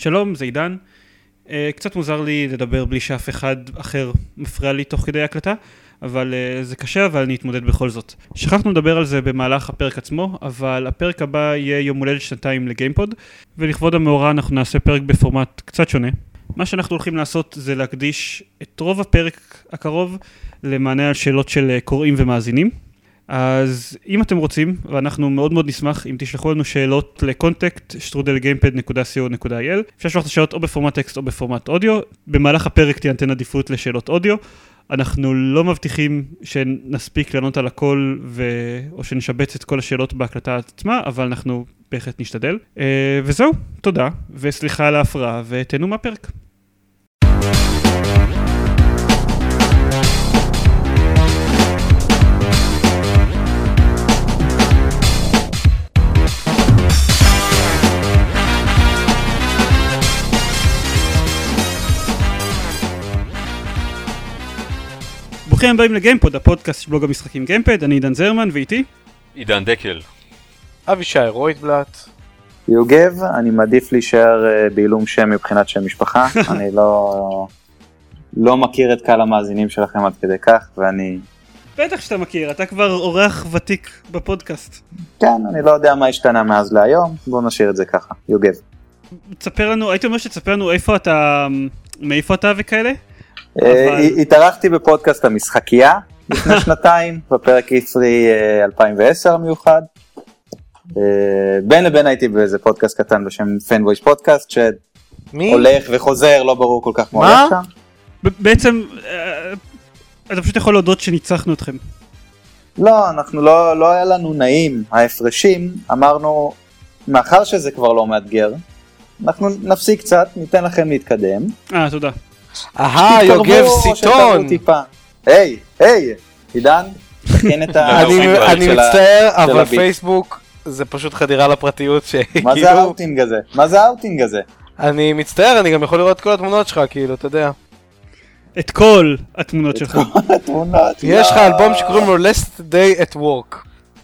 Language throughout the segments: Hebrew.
שלום, זה עידן. קצת מוזר לי לדבר בלי שאף אחד אחר מפריע לי תוך כדי הקלטה, אבל זה קשה, אבל אני אתמודד בכל זאת. שכחנו לדבר על זה במהלך הפרק עצמו, אבל הפרק הבא יהיה יום הולדת 2 לגיימפוד, ולכבוד המאורע אנחנו נעשה פרק בפורמט קצת שונה. מה שאנחנו הולכים לעשות זה להקדיש את רוב הפרק הקרוב למענה על שאלות של קוראים ומאזינים. אז אם אתם רוצים, ואנחנו מאוד מאוד נשמח אם תשלחו לנו שאלות ל-contact@gamepad.co.il. אפשר לשלוח את השאלות או בפורמט טקסט או בפורמט אודיו. במהלך הפרק תינתן עדיפות לשאלות אודיו. אנחנו לא מבטיחים שנספיק לענות על הכל או שנשבץ את כל השאלות בהקלטה עצמה, אבל אנחנו בהחלט נשתדל. וזהו, תודה, וסליחה על ההפרעה, ותהנו מהפרק. ברוכים הבאים לגיימפוד, הפודקאסט של בלוג המשחקים גיימפד. אני עידן זרמן, ואיתי עידן דקל, אבישי רויטבלט, יוגב. אני מעדיף להישאר בעילום שם מבחינת שם משפחה. אני לא מכיר את קהל המאזינים שלכם עד כדי כך, ואני... בטח שאתה מכיר, אתה כבר אורח ותיק בפודקאסט. כן, אני לא יודע מה השתנה מאז להיום, בואו נשאיר את זה ככה. יוגב, תספר לנו, הייתי אומר שתספר לנו מאיפה אתה וכאלה? התארחתי בפודקאסט המשחקייה לפני שנתיים, בפרק איפרי 2010 מיוחד. בין לבין הייתי באיזה פודקאסט קטן בשם פנבויש פודקאסט, שהולך וחוזר, לא ברור כל כך מה הולך שם. בעצם, אתה פשוט יכול להודות שניצחנו אתכם. לא, אנחנו לא היה לנו נעים, ההפרשים, אמרנו, מאחר שזה כבר לא מאתגר, אנחנו נפסיק קצת, ניתן לכם להתקדם. תודה. יוגב סיטון. היי, עידן, תכין את אני מצטער, אבל פייסבוק זה פשוט חדירה לפרטיות. מה זה האוטינג הזה? אני מצטער, אני גם יכול לראות כל התמונות שלך, כאילו, אתה יודע. את כל התמונות שלך. יש לך אלבום שקוראים לו Last Day at Work.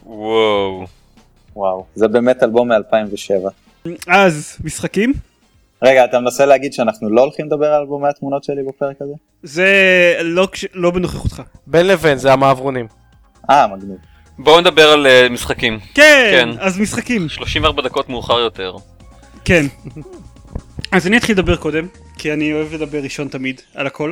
וואו, זה באמת אלבום מ-2007. אז, משחקים? רגע, אתה מנסה להגיד שאנחנו לא הולכים לדבר על אלבומי התמונות שלי בפרק הזה? זה לא בנוכחותך. בין לבין, זה המעברונים. מגניב. בואו נדבר על משחקים. כן, אז משחקים. 34 דקות מאוחר יותר. כן. אז אני אתחיל לדבר קודם, כי אני אוהב לדבר ראשון תמיד, על הכל.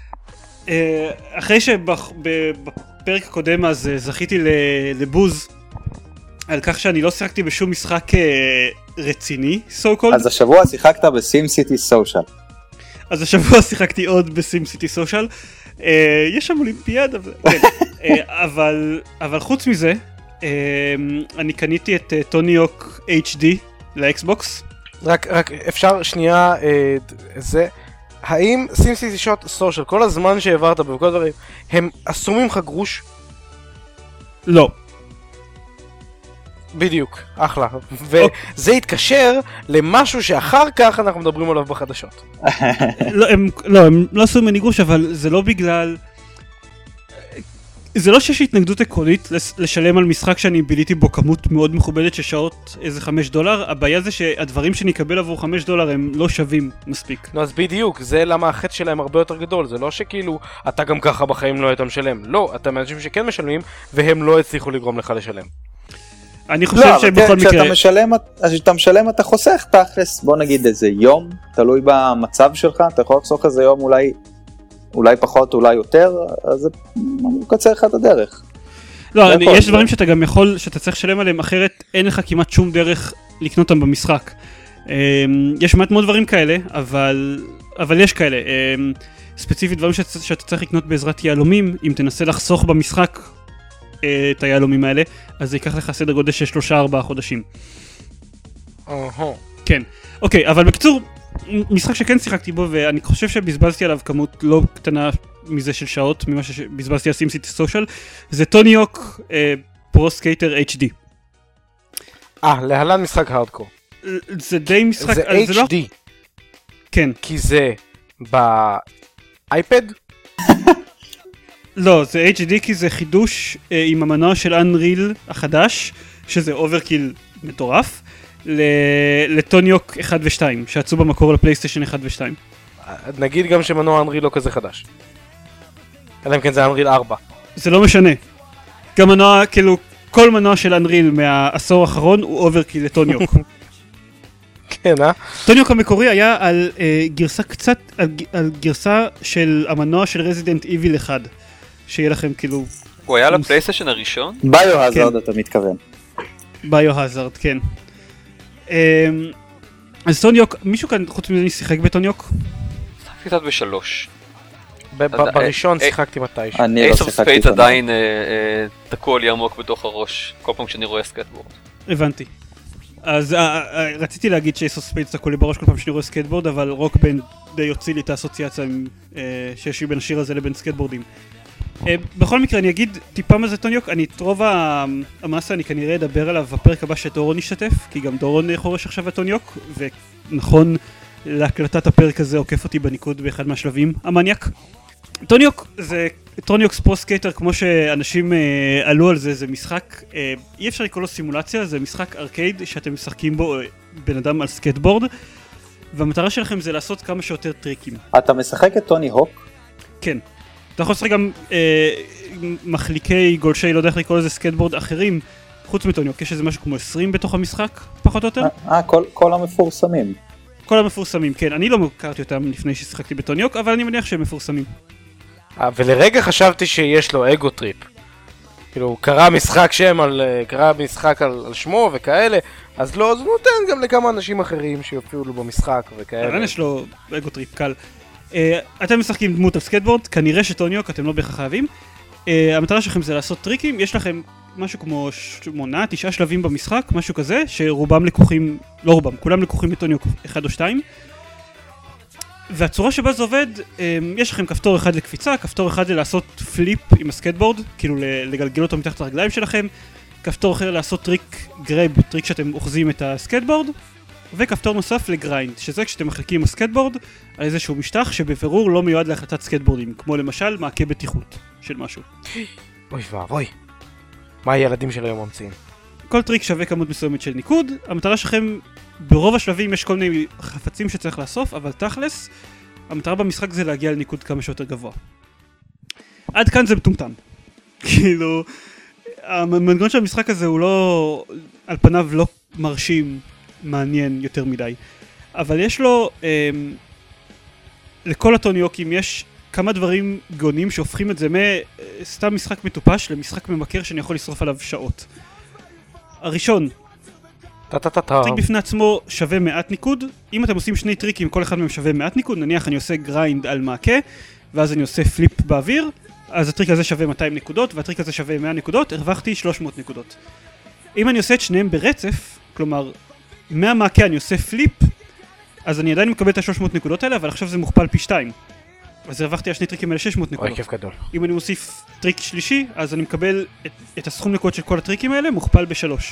אחרי שבפרק הקודם אז זכיתי לבוז, על כך שאני לא שיחקתי בשום משחק רציני, so called. אז השבוע שיחקת בסים סיטי סושיאל. אז השבוע שיחקתי עוד בסים סיטי סושיאל. יש שם אולימפיאד, אבל חוץ מזה, אני קניתי את טוני הוק HD לאקסבוקס. רק אפשר שנייה, האם סים סיטי סושיאל, כל הזמן שהעברת בכל הדברים, הם עשו ממך גרוש? לא. בדיוק, אחלה. וזה יתקשר למשהו שאחר כך אנחנו מדברים עליו בחדשות. הם לא עשו ממני גרוש, אבל זה לא בגלל... זה לא שיש התנגדות עקרונית לשלם על משחק שאני ביליתי בו כמות מאוד מכובדת של שעות איזה $5. הבעיה זה שהדברים שאני אקבל עבור $5 הם לא שווים מספיק. אז בדיוק, זה למה החטא שלהם הרבה יותר גדול. זה לא שכאילו אתה גם ככה בחיים לא היית משלם. לא, אתה מאנשים שכן משלמים והם לא הצליחו לגרום לך לשלם. אני חושב שבכל מקרה... כשאתה משלם אתה חוסך תכלס, בוא נגיד איזה יום, תלוי במצב שלך, אתה יכול לחסוך איזה יום אולי פחות, אולי יותר, אז זה מקצר לך את הדרך. לא, יש דברים שאתה גם יכול, שאתה צריך לשלם עליהם, אחרת אין לך כמעט שום דרך לקנות אותם במשחק. יש מעט מאוד דברים כאלה, אבל יש כאלה. ספציפית דברים שאתה צריך לקנות בעזרת יהלומים, אם תנסה לחסוך במשחק את היהלומים האלה, אז זה ייקח לך סדר גודל של 3-4 חודשים. כן. אוקיי, אבל בקצור, משחק שכן שיחקתי בו, ואני חושב שבזבזתי עליו כמות לא קטנה מזה של שעות, ממה שבזבזתי על סים סיטי סושיאל, זה טוני הוק פרו סקייטר HD. להלן משחק הארדקור. זה די משחק... זה HD. כן. כי זה באייפד? לא, זה HD כי זה חידוש עם המנוע של Unreal החדש, שזה אוברקיל מטורף. לטוניוק 1 ו-2, שיצאו במקור לפלייסטיישן 1 ו-2. נגיד גם שמנוע אנריל לא כזה חדש. אלא אם כן זה אנריל 4. זה לא משנה. גם מנוע, כאילו, כל מנוע של אנריל מהעשור האחרון הוא אוברקיל לטוניוק. כן, טוניוק המקורי היה על גרסה קצת, על גרסה של המנוע של רזידנט איביל 1. שיהיה לכם כאילו... הוא היה לפלייסטיישן הראשון? ביו-הזארד אתה מתכוון. ביו-הזארד, כן. אז טוניוק, מישהו כאן חוץ מזה שיחק בטוניוק? שיחקתי קצת בשלוש. בראשון שיחקתי מתישהו. אני לא אייס אוף שיחקתי ספיידס איתו. עדיין תקוע לי עמוק בתוך הראש, כל פעם כשאני רואה סקייטבורד. הבנתי. אז רציתי להגיד שאייס אוף ספיידס תקוע לי בראש כל פעם שאני רואה סקייטבורד, אבל רוקבנד די יוציא לי את האסוציאציה שיש לי בין השיר הזה לבין סקייטבורדים. בכל מקרה אני אגיד טיפה מה זה טוניוק, אני את רוב המסה אני כנראה אדבר עליו בפרק הבא שדורון ישתתף, כי גם דורון חורש עכשיו הטוניוק, ונכון להקלטת הפרק הזה עוקף אותי בניקוד באחד מהשלבים, המניאק. טוניוק זה טוניוקס פרו סקייטר, כמו שאנשים עלו על זה, זה משחק, אי אפשר לקרוא לו סימולציה, זה משחק ארקייד שאתם משחקים בו בן אדם על סקייטבורד, והמטרה שלכם זה לעשות כמה שיותר טריקים. אתה משחק את טוני הוק? כן. אתה יכול לשחק גם מחליקי גולשי, לא יודע איך לקרוא לזה סקייטבורד אחרים, חוץ מטוניוק, יש איזה משהו כמו 20 בתוך המשחק, פחות או יותר? כל המפורסמים. כל המפורסמים, כן. אני לא הכרתי אותם לפני ששיחקתי בטוניוק, אבל אני מניח שהם מפורסמים. ולרגע חשבתי שיש לו אגו טריפ. כאילו, קרא משחק על שמו וכאלה, אז לא, אז הוא נותן גם לכמה אנשים אחרים שיופיעו לו במשחק וכאלה. אבל יש לו אגו טריפ קל. אתם משחקים דמות על סקייטבורד, כנראה שטוניוק, אתם לא בהכרח חייבים. המטרה שלכם זה לעשות טריקים, יש לכם משהו כמו 8-9 שלבים במשחק, משהו כזה, שרובם לקוחים, לא רובם, כולם לקוחים מטוניוק 1 או 2. והצורה שבה זה עובד, יש לכם כפתור אחד לקפיצה, כפתור אחד לעשות פליפ עם הסקייטבורד, כאילו לגלגל אותו מתחת לרגליים שלכם, כפתור אחר לעשות טריק גרב, טריק שאתם אוחזים את הסקייטבורד, וכפתור נוסף לגריינד, שזה כשאתם מחליקים עם הסקייטבורד על איזשהו משטח שבבירור לא מיועד להחלטת סקייטבורדים, כמו למשל מעקה בטיחות של משהו. אוי ואבוי, מה הילדים של היום ממציאים? כל טריק שווה כמות מסוימת של ניקוד, המטרה שלכם, ברוב השלבים יש כל מיני חפצים שצריך לאסוף, אבל תכלס, המטרה במשחק זה להגיע לניקוד כמה שיותר גבוה. עד כאן זה מטומטם. כאילו, המנגנון של המשחק הזה הוא לא, על פניו לא מרשים, מעניין יותר מדי. אבל יש לו, לכל הטוניוקים יש כמה דברים גאונים שהופכים את זה מסתם משחק מטופש למשחק ממכר שאני יכול לשרוף עליו שעות. הראשון, טריק בפני עצמו שווה 100 ניקוד. אם אתם עושים שני טריקים, כל אחד מהם שווה 100 ניקוד, נניח אני עושה גריינד על מעקה, ואז אני עושה פליפ באוויר, אז הטריק הזה שווה 200 נקודות, והטריק הזה שווה 100 נקודות, הרווחתי 300 נקודות. אם אני עושה את שניהם ברצף, כלומר, מהמעקה אני עושה פליפ, אז אני עדיין מקבל את ה-300 נקודות האלה, אבל עכשיו זה מוכפל פי 2. אז הרווחתי על שני טריקים האלה 600 נקודות. אוי, כיף גדול. אם אני מוסיף טריק שלישי, אז אני מקבל את הסכום נקודות של כל הטריקים האלה, מוכפל ב3.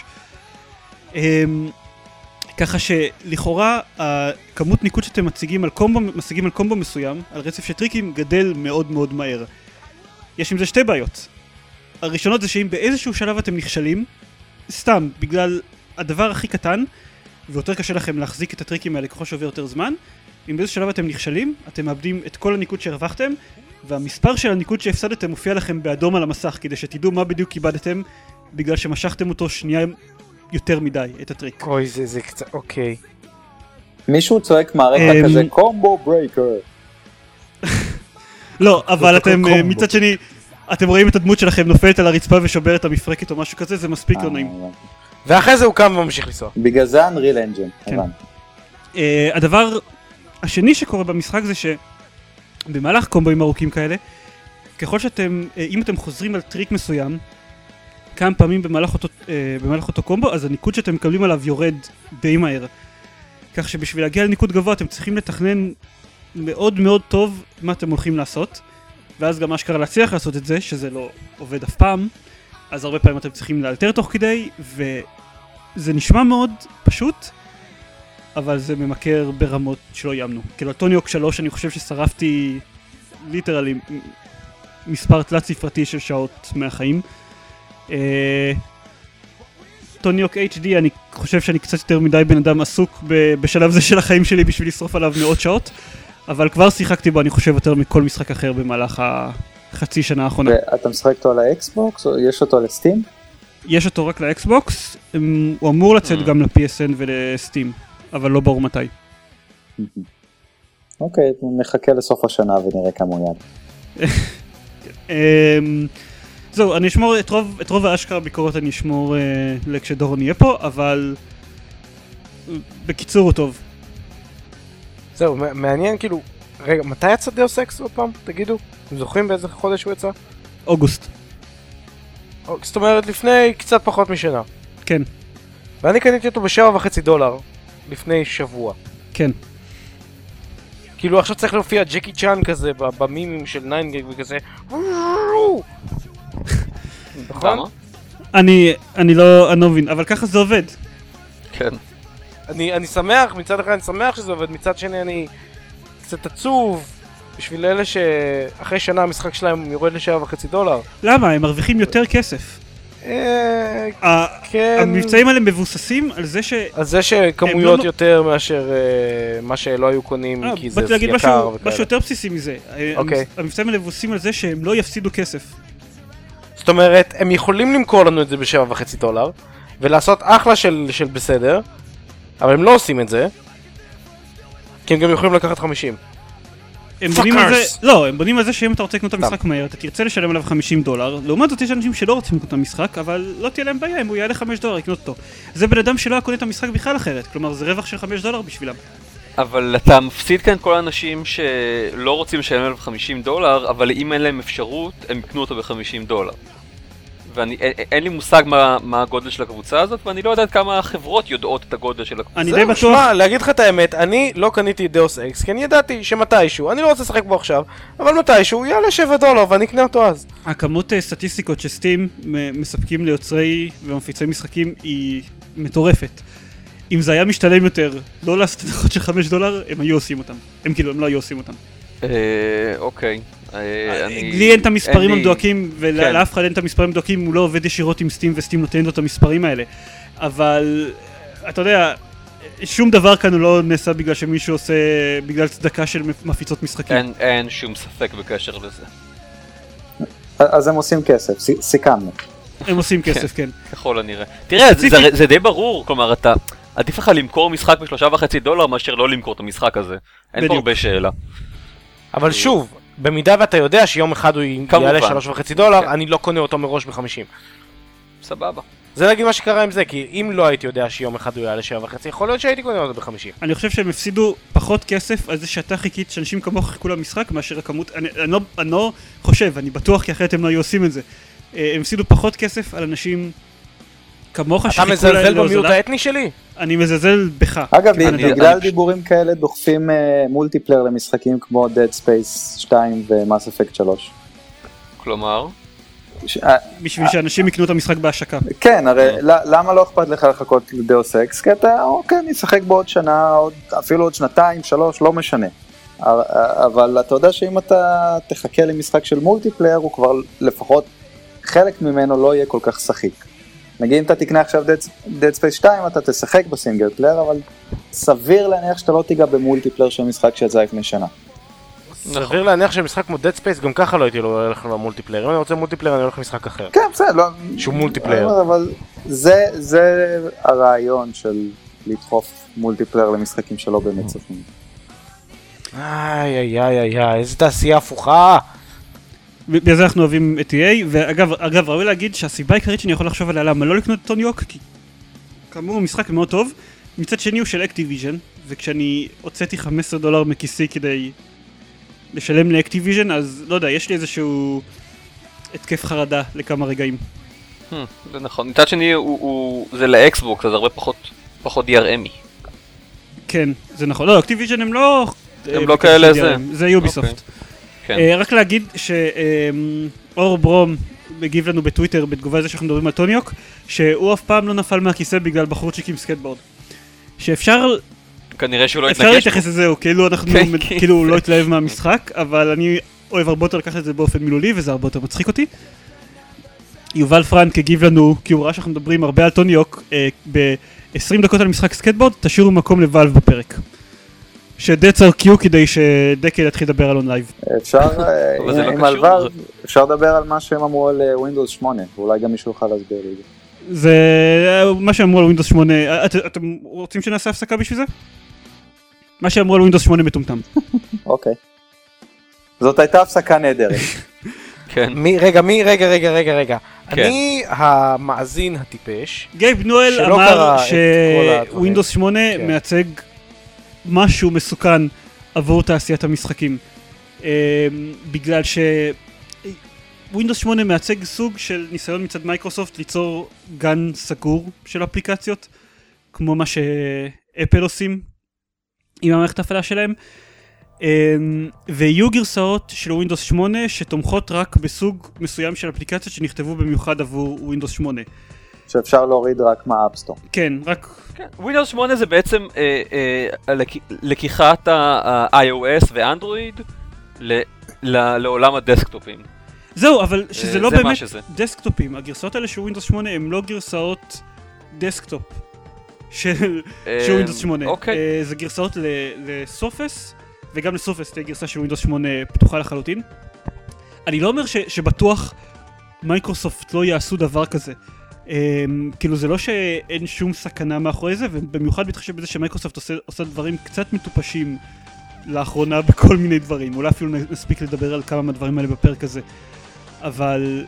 ככה שלכאורה, הכמות ניקוד שאתם משיגים על קומבו מסוים, על רצף של טריקים, גדל מאוד מאוד מהר. יש עם זה שתי בעיות. הראשונות זה שאם באיזשהו שלב אתם נכשלים, סתם, בגלל הדבר הכי קטן, ויותר קשה לכם להחזיק את הטריקים האלה ככל שעובר יותר זמן, אם באיזשהו שלב אתם נכשלים, אתם מאבדים את כל הניקוד שהרווחתם, והמספר של הניקוד שהפסדתם מופיע לכם באדום על המסך, כדי שתדעו מה בדיוק קיבדתם, בגלל שמשכתם אותו שנייה יותר מדי, את הטריק. אוי, זה קצת, אוקיי. מישהו צועק מהרקע כזה, קומבו ברייקר. לא, אבל אתם מצד שני, אתם רואים את הדמות שלכם נופלת על הרצפה ושוברת את המפרקת או משהו כזה, זה מספיק לא נעים. ואחרי זה הוא קם וממשיך לנסוע. בגלל זה אנריל אנג'ן, הדבר השני שקורה במשחק זה שבמהלך קומבוים ארוכים כאלה, ככל שאתם, אם אתם חוזרים על טריק מסוים, כמה פעמים במהלך אותו קומבו, אז הניקוד שאתם מקבלים עליו יורד די מהר. כך שבשביל להגיע לניקוד גבוה אתם צריכים לתכנן מאוד מאוד טוב מה אתם הולכים לעשות, ואז גם אשכרה להצליח לעשות את זה, שזה לא עובד אף פעם, אז הרבה פעמים אתם צריכים לאלתר תוך כדי, וזה נשמע מאוד פשוט, אבל זה ממכר ברמות שלא יאמנו. כאילו, טוניוק 3 אני חושב ששרפתי ליטרלי מספר תלת ספרתי של שעות מהחיים. טוני הוק HD, אני חושב שאני קצת יותר מדי בן אדם עסוק בשלב זה של החיים שלי בשביל לשרוף עליו מאות שעות, אבל כבר שיחקתי בו, אני חושב, יותר מכל משחק אחר במהלך החצי שנה האחרונה. ואתה משחק אותו על האקסבוקס, או יש אותו לסטים? יש אותו רק לאקסבוקס, הוא אמור לצאת גם ל-PSN ולסטים, אבל לא ברור מתי. אוקיי, נחכה לסוף השנה ונראה כמה הוא יד. זהו, אני אשמור את רוב האשכרה ביקורת, אני אשמור כשדורון יהיה פה, אבל בקיצור הוא טוב. זהו, מעניין כאילו, רגע, מתי יצא דאוס אקס עוד פעם? תגידו, אתם זוכרים באיזה חודש הוא יצא? אוגוסט. זאת אומרת, לפני קצת פחות משנה. כן. ואני קניתי אותו $7.5 לפני שבוע. כן. כאילו עכשיו צריך להופיע ג'קי צ'אן כזה במימים של 9gag וכזה. נכון? אני לא מבין, אבל ככה זה עובד. כן. אני שמח, מצד אחד אני שמח שזה עובד, מצד שני אני קצת עצוב בשביל אלה שאחרי שנה המשחק שלהם יורד $7.5. למה? הם מרוויחים יותר כסף. כן. המבצעים האלה מבוססים על זה על זה שכמויות יותר מאשר מה שלא היו קונים כי זה יקר וכאלה. משהו יותר בסיסי מזה. המבצעים האלה מבוססים על זה שהם לא יפסידו כסף. זאת אומרת, הם יכולים למכור לנו את זה $7.5 ולעשות אחלה של בסדר, אבל הם לא עושים את זה כי הם גם יכולים לקחת 50. הם בונים על זה שאם אתה רוצה לקנות את המשחק מהר, אתה תרצה לשלם עליו $50. לעומת זאת יש אנשים שלא רוצים לקנות את המשחק, אבל לא תהיה להם בעיה אם הוא יעלה $5 לקנות אותו. זה בן אדם שלא קונה את המשחק בכלל אחרת, כלומר זה רווח של $5 בשבילם. אבל אתה מפסיד כאן כל האנשים שלא רוצים לשלם עליו $50, אבל אם אין להם אפשרות, הם יקנו אותו $50. ואין לי מושג מה הגודל של הקבוצה הזאת, ואני לא יודעת כמה החברות יודעות את הגודל של הקבוצה. אני די בטוח... שמע, להגיד לך את האמת, אני לא קניתי דאוס אקס, כי אני ידעתי שמתישהו, אני לא רוצה לשחק בו עכשיו, אבל מתישהו הוא יעלה $7 ואני אקנה אותו אז. הכמות סטטיסטיקות שסטים מספקים ליוצרי ומפיצי משחקים היא מטורפת. אם זה היה משתלם יותר, לא לעשות הנחות של $5, הם היו עושים אותם. הם לא היו עושים אותם. אוקיי. לי אין את המספרים המדויקים, ולאף אחד אין את המספרים המדויקים, הוא לא עובד ישירות עם סטים, וסטים נותן לו את המספרים האלה. אבל, אתה יודע, שום דבר כאן הוא לא נעשה בגלל שמישהו עושה, בגלל צדקה של מפיצות משחקים. אין שום ספק בקשר לזה. אז הם עושים כסף, סיכמנו. הם עושים כסף, כן. ככל הנראה. תראה, זה די ברור, כלומר, אתה עדיף לך למכור משחק $3.5 מאשר לא למכור את המשחק הזה. אין פה הרבה שאלה. אבל שוב, במידה ואתה יודע שיום אחד הוא יעלה $3.5, אני לא קונה אותו מראש ב-50. סבבה. זה להגיד מה שקרה עם זה, כי אם לא הייתי יודע שיום אחד הוא יעלה $7.5, יכול להיות שהייתי קונה אותו ב-50. אני חושב שהם הפסידו פחות כסף על זה שאתה חיכית, שאנשים כמוך חיכו למשחק, מאשר הכמות, אני לא חושב, אני בטוח כי אחרת הם לא היו עושים את זה. הם הפסידו פחות כסף על אנשים כמוך אתה מזלזל במיעוט האתני שלי? אני מזלזל בך. אגב, בגלל דיבורים כאלה דוחפים מולטיפלייר למשחקים כמו Dead Space 2 ו-Mass Effect 3. כלומר? בשביל שאנשים יקנו את המשחק בהשקה. כן, הרי למה לא אכפת לך לחכות לדאוס אקס? כי אתה, אוקיי, נשחק בעוד שנה, אפילו עוד 2, 3, לא משנה. אבל אתה יודע שאם אתה תחכה למשחק של מולטיפלייר, הוא כבר לפחות חלק ממנו לא יהיה כל כך שחיק. נגיד אם אתה תקנה עכשיו Dead Space 2, אתה תשחק בסינגל פלייר, אבל סביר להניח שאתה לא תיגע במולטיפלייר של משחק שיצא לפני שנה. סביר להניח שמשחק כמו Dead Space גם ככה לא הייתי הולך למולטיפלייר. אם אני רוצה מולטיפלייר אני הולך למשחק אחר. כן, בסדר. שהוא מולטיפלייר. אבל זה הרעיון של לדחוף מולטיפלייר למשחקים שלא באמת צפים. איזה תעשייה הפוכה. בגלל זה אנחנו אוהבים את EA, ואגב, ראוי להגיד שהסיבה העיקרית שאני יכול לחשוב עליה למה לא לקנות את טוני הוק, כי כאמור הוא משחק מאוד טוב, מצד שני הוא של אקטיביז'ן, וכשאני הוצאתי $15 מכיסי כדי לשלם לאקטיביז'ן, אז לא יודע, יש לי איזשהו התקף חרדה לכמה רגעים. זה נכון, מצד שני זה לאקסבוקס, אז הרבה פחות DRMי. כן, זה נכון, לא, אקטיביז'ן הם לא כאלה זה יוביסופט. רק להגיד שאור ברום מגיב לנו בטוויטר בתגובה לזה שאנחנו מדברים על טוני הוק, שהוא אף פעם לא נפל מהכיסא בגלל בחורצ'יק עם סקייטבורד. שאפשר כנראה שהוא לא אפשר להתייחס לזה, כאילו אנחנו כאילו לא התלהב מהמשחק, אבל אני אוהב הרבה יותר לקחת את זה באופן מילולי וזה הרבה יותר מצחיק אותי. יובל פרנק הגיב לנו, כי הוא ראה שאנחנו מדברים הרבה על טוני הוק, ב-20 דקות על משחק סקייטבורד, תשאירו מקום לוואלב בפרק. שדץ על קיו כדי שדקל יתחיל לדבר על אונלייב. אפשר, עם הלוואלב, אפשר לדבר על מה שהם אמרו על ווינדוס 8, ואולי גם מישהו יוכל להסביר לי. זה מה שאמרו על ווינדוס 8, אתם רוצים שנעשה הפסקה בשביל זה? מה שאמרו על ווינדוס 8 מטומטם. אוקיי. זאת הייתה הפסקה נהדרת. כן. רגע. אני המאזין הטיפש. גייב נואל אמר שווינדוס 8 מייצג משהו מסוכן עבור תעשיית המשחקים. בגלל ווינדוס 8 מייצג סוג של ניסיון מצד מייקרוסופט ליצור גן סגור של אפליקציות, כמו מה שאפל עושים עם המערכת ההפעלה שלהם. ויהיו גרסאות של ווינדוס 8 שתומכות רק בסוג מסוים של אפליקציות שנכתבו במיוחד עבור ווינדוס 8. שאפשר להוריד רק מהאפסטור. כן, רק... ווינדוס 8 זה בעצם לקיחת ה-iOS ואנדרואיד לעולם הדסקטופים. זהו, אבל שזה לא באמת שזה. דסקטופים. הגרסאות האלה של ווינדוס 8 הן לא גרסאות דסקטופ של ווינדוס 8. אוקיי. זה גרסאות לסופס, וגם לסופס תהיה גרסה של ווינדוס 8 פתוחה לחלוטין. אני לא אומר שבטוח מייקרוסופט לא יעשו דבר כזה. כאילו זה לא שאין שום סכנה מאחורי זה, ובמיוחד מתחשב בזה שמייקרוסופט עושה דברים קצת מטופשים לאחרונה בכל מיני דברים. אולי אפילו נספיק לדבר על כמה מהדברים האלה בפרק הזה. אבל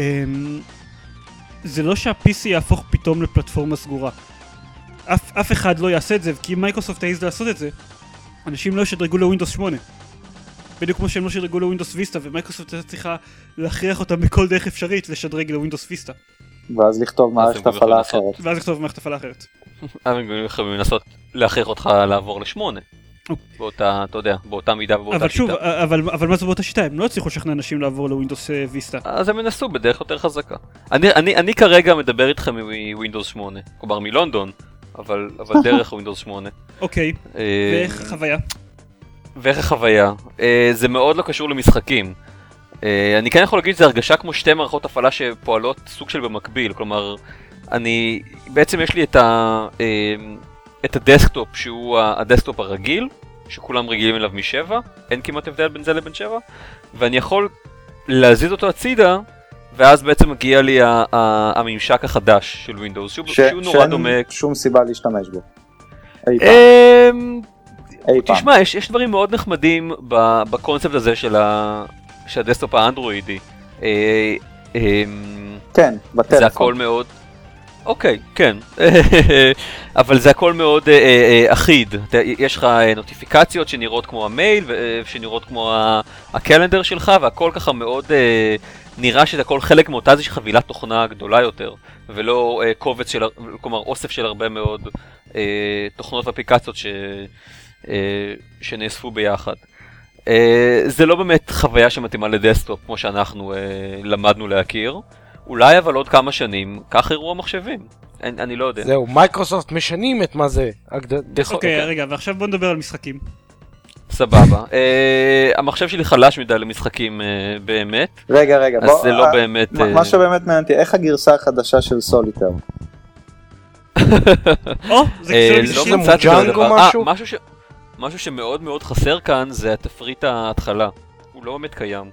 זה לא שה-PC יהפוך פתאום לפלטפורמה סגורה. אף אחד לא יעשה את זה, כי אם מייקרוסופט תעיז לעשות את זה, אנשים לא ישדרגו לווינדוס 8. בדיוק כמו שהם לא שדרגו לווינדוס ויסטה, ומייקרוסופט צריכה להכריח אותם בכל דרך אפשרית לשדרג לווינדוס ויסטה. ואז לכתוב מערכת הפעלה אחרת. הם יכולים לנסות להכריח אותך לעבור ל8. באותה, אתה יודע, באותה מידה ובאותה שיטה. אבל מה זה באותה שיטה? הם לא הצליחו לשכנע אנשים לעבור לווינדוס ויסטה. אז הם מנסו בדרך יותר חזקה. אני כרגע מדבר איתכם מווינדוס 8, כלומר מלונדון, אבל דרך ווינדוס 8. אוקיי, ואיך החוויה? ואיך החוויה? זה מאוד לא קשור למשחקים. אני כן יכול להגיד שזה הרגשה כמו שתי מערכות הפעלה שפועלות סוג של במקביל, כלומר, בעצם יש לי את הדסקטופ שהוא הדסקטופ הרגיל, שכולם רגילים אליו מ7, אין כמעט הבדל בין זה לבין 7, ואני יכול להזיז אותו הצידה, ואז בעצם מגיע לי הממשק החדש של ווינדוס, שהוא נורא דומה. שאין שום סיבה להשתמש בו. תשמע, יש דברים מאוד נחמדים בקונספט הזה של הדסקטופ האנדרואידי. כן, בטלפון. זה הכל מאוד... אוקיי, כן. אבל זה הכל מאוד אחיד. יש לך נוטיפיקציות שנראות כמו המייל, שנראות כמו הקלנדר שלך, והכל ככה מאוד נראה שזה הכל חלק מאותה איזושהי חבילת תוכנה גדולה יותר, ולא קובץ של, כלומר אוסף של הרבה מאוד תוכנות ואפליקציות שנאספו ביחד. זה לא באמת חוויה שמתאימה לדסקטופ כמו שאנחנו למדנו להכיר. אולי אבל עוד כמה שנים, כך יראו המחשבים. אני לא יודע. זהו, מייקרוסופט משנים את מה זה. אוקיי, רגע, ועכשיו בוא נדבר על משחקים. סבבה. המחשב שלי חלש מדי למשחקים באמת. רגע, אז זה לא באמת... מה שבאמת מעניין אותי, איך הגרסה החדשה של סוליטר? זה לא מוג'אנג או משהו? משהו שמאוד מאוד חסר כאן זה התפריט ההתחלה. הוא לא באמת קיים.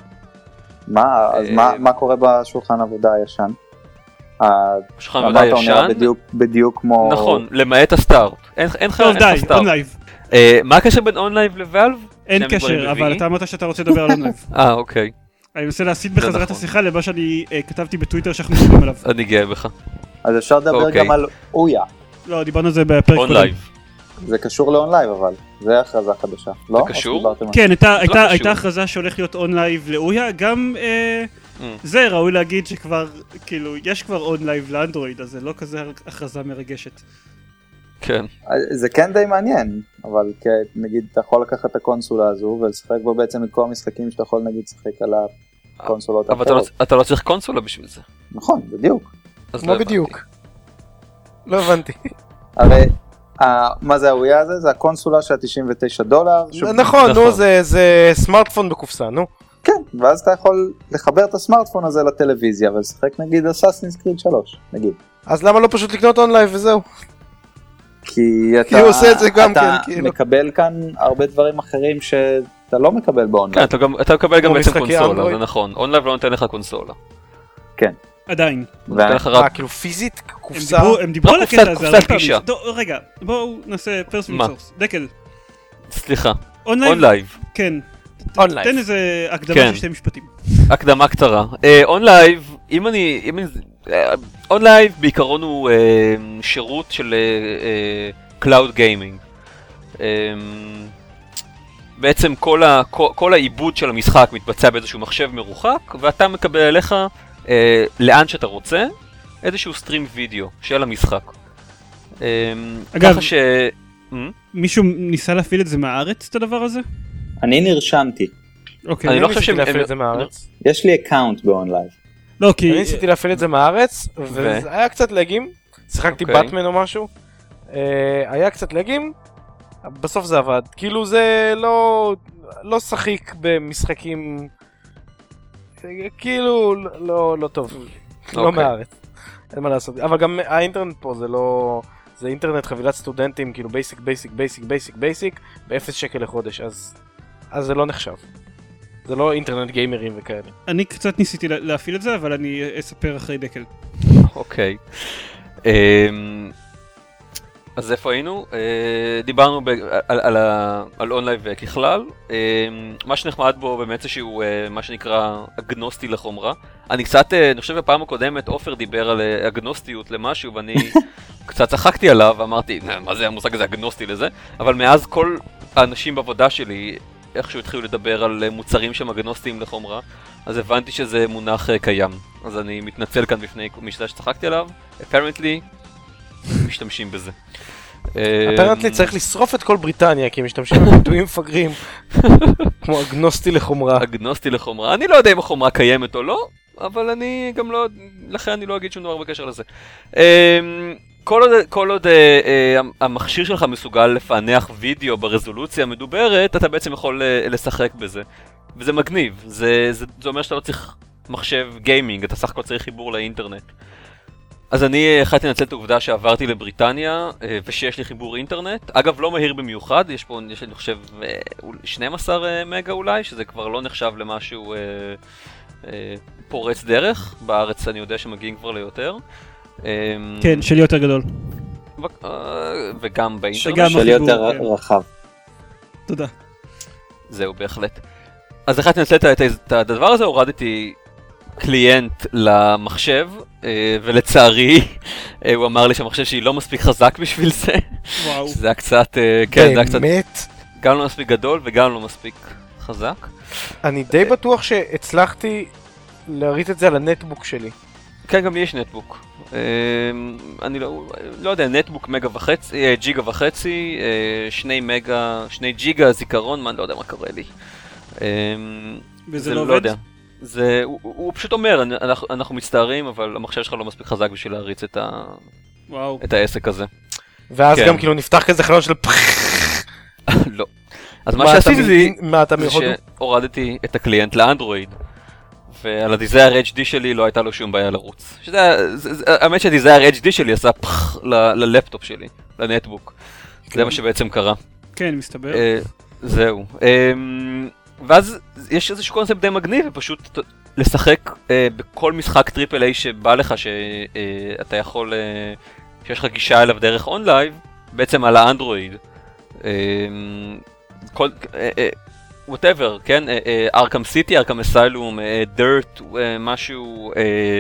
מה קורה בשולחן עבודה הישן? בשולחן עבודה הישן? בדיוק כמו... נכון, למעט הסטארט. אין לך הסטארט. אונלייב. מה הקשר בין אונלייב לוואלב? אין קשר, אבל אתה אמרת שאתה רוצה לדבר על אונלייב. אוקיי. אני מנסה להסיט בחזרת השיחה למה שאני כתבתי בטוויטר שאנחנו מדברים עליו. אני גאה בך. אז אפשר לדבר גם על אויה. לא, דיברנו על זה בפרק קודם. אונלייב. זה קשור לאונלייב אבל, זה הכרזה חדשה, לא? זה קשור? כן, הייתה הכרזה שהולך להיות אונלייב לאויה, גם זה ראוי להגיד שכבר, כאילו, יש כבר אונלייב לאנדרואיד, אז זה לא כזה הכרזה מרגשת. כן. זה כן די מעניין, אבל נגיד אתה יכול לקחת את הקונסולה הזו ולשחק בו בעצם את כל המשחקים שאתה יכול נגיד לשחק על הקונסולות האחרות. אבל אתה לא צריך קונסולה בשביל זה. נכון, בדיוק. מה בדיוק? לא הבנתי. הרי מה זה האויה הזה? זה הקונסולה של $99. נכון, נו, זה סמארטפון בקופסה, נו. כן, ואז אתה יכול לחבר את הסמארטפון הזה לטלוויזיה ולשחק נגיד אסאסינס קריד 3, נגיד. אז למה לא פשוט לקנות אונלייב וזהו? כי הוא עושה את זה גם כן, אתה כאילו. מקבל כאן הרבה דברים אחרים שאתה לא מקבל כן, באונלייב. אתה מקבל גם בעצם משחקי קונסולה, אנדרואיד? זה נכון. אונלייב לא נותן לך קונסולה. כן. עדיין. נותן לך רק... כאילו פיזית, הם קופסה? דיברו על הקטע הזה קופסת הרבה פעמים. גישה. רגע, בואו נעשה פרסונל מה? סורס. דקל, סליחה, אונלייב? אונלייב. כן. אונלייב. תן איזה הקדמה כן. של 2 משפטים. הקדמה קצרה. אונלייב, אונלייב בעיקרון הוא שירות של Cloud Gaming. בעצם כל העיבוד של המשחק מתבצע באיזשהו מחשב מרוחק, ואתה מקבל אליך לאן שאתה רוצה איזשהו סטרים וידאו של המשחק. אגב, ככה ש... מישהו ניסה להפעיל את זה מהארץ, את הדבר הזה? אני נרשמתי. אוקיי. אני לא אני חושב ניסיתי שהם- להפעיל את זה מהארץ. יש לי אקאונט באונלייב. לא, כי... אני ניסיתי להפעיל את זה מהארץ, וזה היה קצת לגים. שיחקתי אוקיי. באטמן או משהו. היה קצת לגים. בסוף זה עבד. כאילו זה לא שחיק במשחקים... כאילו לא טוב. לא אוקיי. מהארץ. אין מה לעשות. אבל גם האינטרנט פה זה לא... זה אינטרנט חבילת סטודנטים, כאילו בייסיק, ב-0 שקל לחודש, אז זה לא נחשב. זה לא אינטרנט גיימרים וכאלה. אני קצת ניסיתי להפעיל את זה, אבל אני אספר אחרי דקל. אוקיי. אז איפה היינו? דיברנו על אונלייב ככלל. מה שנחמד בו באמת זה שהוא מה שנקרא אגנוסטי לחומרה. אני חושב בפעם הקודמת אופר דיבר על אגנוסטיות למשהו ואני קצת צחקתי עליו ואמרתי מה זה המושג הזה אגנוסטי לזה? אבל מאז כל האנשים בעבודה שלי איכשהו התחילו לדבר על מוצרים שהם אגנוסטיים לחומרה, אז הבנתי שזה מונח קיים. אז אני מתנצל כאן בפני מי שצחקתי עליו. apparently משתמשים בזה. אפרנטלי צריך לשרוף את כל בריטניה, כי משתמשים בביטויים מפגרים, כמו אגנוסטי לחומרה. אגנוסטי לחומרה. אני לא יודע אם החומרה קיימת או לא, אבל אני גם לא, לכן אני לא אגיד שום דבר בקשר לזה. כל עוד המכשיר שלך מסוגל לפענח וידאו ברזולוציה המדוברת, אתה בעצם יכול לשחק בזה. וזה מגניב. זה אומר שאתה לא צריך מחשב גיימינג, אתה סך הכל צריך חיבור לאינטרנט. אז אני החלטתי לנצל את העובדה שעברתי לבריטניה ושיש לי חיבור אינטרנט. אגב, לא מהיר במיוחד, יש לי, אני חושב, 12 מגה אולי, שזה כבר לא נחשב למשהו פורץ דרך. בארץ אני יודע שמגיעים כבר ליותר. כן, שלי יותר גדול. וגם באינטרנט. שגם שלי החיבור, יותר כן. רחב. תודה. זהו, בהחלט. אז החלטתי לנצל את הדבר הזה, הורדתי קליינט למחשב, ולצערי, הוא אמר לי שהמחשב שלי לא מספיק חזק בשביל זה. וואו. זה היה קצת, כן, זה היה קצת, באמת? גם לא מספיק גדול וגם לא מספיק חזק. אני די בטוח שהצלחתי להריץ את זה על הנטבוק שלי. כן, גם לי יש נטבוק. אני לא יודע, נטבוק מגה וחצי, ג'יגה וחצי, 2 ג'יגה זיכרון, מה, אני לא יודע מה קורה לי. וזה לא עובד? הוא פשוט אומר, אנחנו מצטערים, אבל המחשב שלך לא מספיק חזק בשביל להריץ וואו. את העסק הזה. ואז כן. גם כאילו נפתח כזה חלון של לא. אז מה שעשיתי זה מה אתה מהודו? שהורדתי את הקליינט לאנדרואיד, ועל הדיזייר HD שלי לא הייתה לו שום בעיה לרוץ. האמת שהדיזייר HD שלי עשה ללפטופ שלי, לנטבוק. זה מה שבעצם קרה. כן, מסתבר. זהו. ואז יש איזשהו קונספט די מגניב, ופשוט לשחק בכל משחק טריפל איי שבא לך, שאתה יכול, שיש לך גישה אליו דרך אונלייב, בעצם על האנדרואיד. whatever, כן? ארכם סיטי, ארכם אסיילום, דירט, משהו...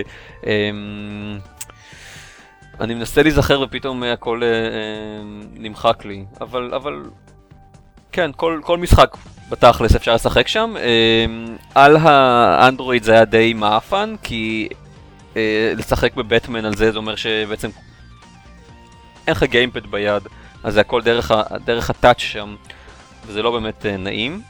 אני מנסה להיזכר ופתאום הכל נמחק לי, אבל כן, כל משחק בתכלס אפשר לשחק שם. על האנדרואיד זה היה די מאפן, כי לשחק בבטמן על זה, זה אומר שבעצם אין לך גיימפד ביד, אז זה הכל דרך הטאץ' שם, וזה לא באמת נעים.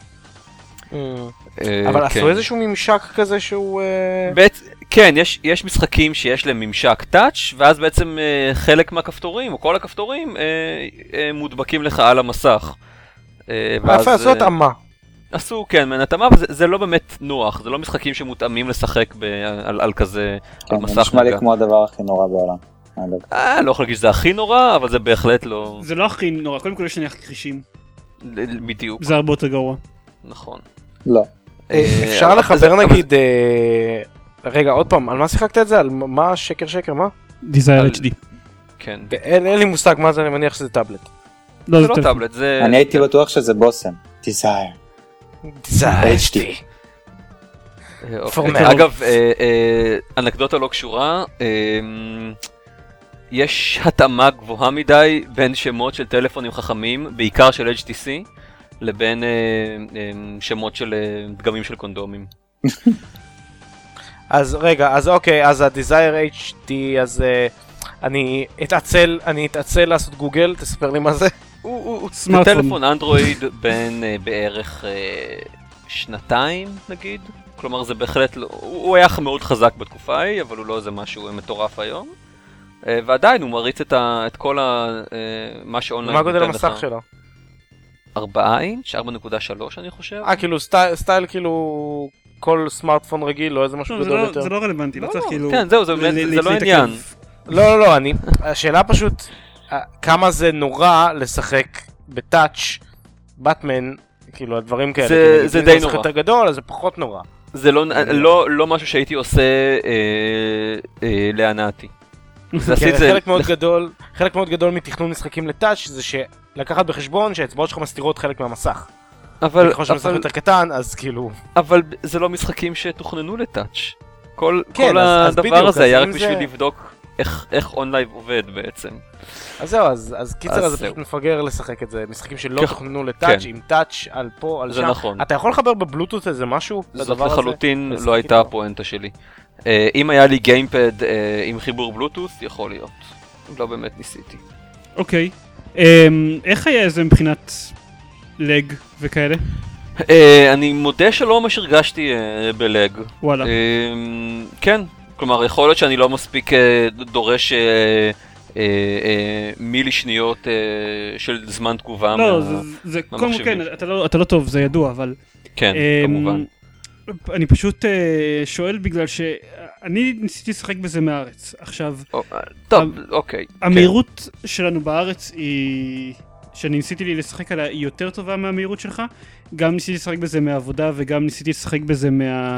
אבל עשו איזשהו ממשק כזה שהוא... כן, יש משחקים שיש להם ממשק טאץ', ואז בעצם חלק מהכפתורים, או כל הכפתורים, מודבקים לך על המסך. איפה עשו התאמה? עשו, כן, מהתאמה, אבל זה לא באמת נוח, זה לא משחקים שמותאמים לשחק על כזה, על מסך. זה נשמע לי כמו הדבר הכי נורא בעולם. לא יכול להגיד שזה הכי נורא, אבל זה בהחלט לא... זה לא הכי נורא, קודם כל יש נניח קרישים. בדיוק. זה הרבה יותר גרוע. נכון. לא. אפשר לחבר נגיד... רגע, עוד פעם, על מה שיחקת את זה? על מה? שקר, מה? Desire HD. כן. אין לי מושג מה זה, אני מניח שזה טאבלט. זה לא טאבלט, זה... אני הייתי בטוח שזה בושם. Desire HD. אגב, אנקדוטה לא קשורה, יש התאמה גבוהה מדי בין שמות של טלפונים חכמים, בעיקר של HTC, לבין שמות של דגמים של קונדומים. אז רגע, אז אוקיי, אז ה-Desire HD, אז אני אתעצל לעשות גוגל, תספר לי מה זה. זה טלפון אנדרואיד בין בערך 2 נגיד, כלומר זה בהחלט לא, הוא היה מאוד חזק בתקופה ההיא, אבל הוא לא איזה משהו מטורף היום. ועדיין הוא מריץ את כל מה שאונליין. מה גודל המסך שלו? 4 אינץ', 4.3 אני חושב. כאילו סטייל כאילו כל סמארטפון רגיל, לא איזה משהו גדול יותר. זה לא רלוונטי, לא צריך כאילו... כן, זהו, זה לא עניין. לא, השאלה פשוט, כמה זה נורא לשחק בטאץ' באטמן, כאילו הדברים כאלה. זה די נורא. יותר גדול, אז זה פחות נורא. זה לא משהו שהייתי עושה להנאתי. חלק מאוד גדול מתכנון משחקים לטאץ' זה שלקחת בחשבון שהאצבעות שלך מסתירות חלק מהמסך. אבל ככל שמשחק יותר קטן, אז כאילו... אבל זה לא משחקים שתוכננו לטאץ'. כל הדבר הזה היה רק בשביל לבדוק איך אונלייב עובד בעצם. אז זהו, אז קיצר, זה פשוט מפגר לשחק את זה. משחקים שלא תוכננו לטאץ' עם טאץ' על פה, על שם. זה נכון. אתה יכול לחבר בבלוטות איזה משהו זאת לחלוטין לא הייתה הפואנטה שלי. אם היה לי גיימפד עם חיבור בלוטות, יכול להיות. לא באמת ניסיתי. אוקיי. איך היה זה מבחינת לג וכאלה? אני מודה שלא ממש הרגשתי בלג. וואלה. כן, כלומר יכול להיות שאני לא מספיק דורש מילי שניות של זמן תגובה מהמחשבים. לא, זה קודם כן, אתה לא טוב, זה ידוע, אבל... כן, כמובן. אני פשוט שואל בגלל שאני ניסיתי לשחק בזה מהארץ. עכשיו, טוב, אוקיי. המהירות שלנו בארץ היא... שאני ניסיתי לי לשחק עליה היא יותר טובה מהמהירות שלך. גם ניסיתי לשחק בזה מהעבודה וגם ניסיתי לשחק בזה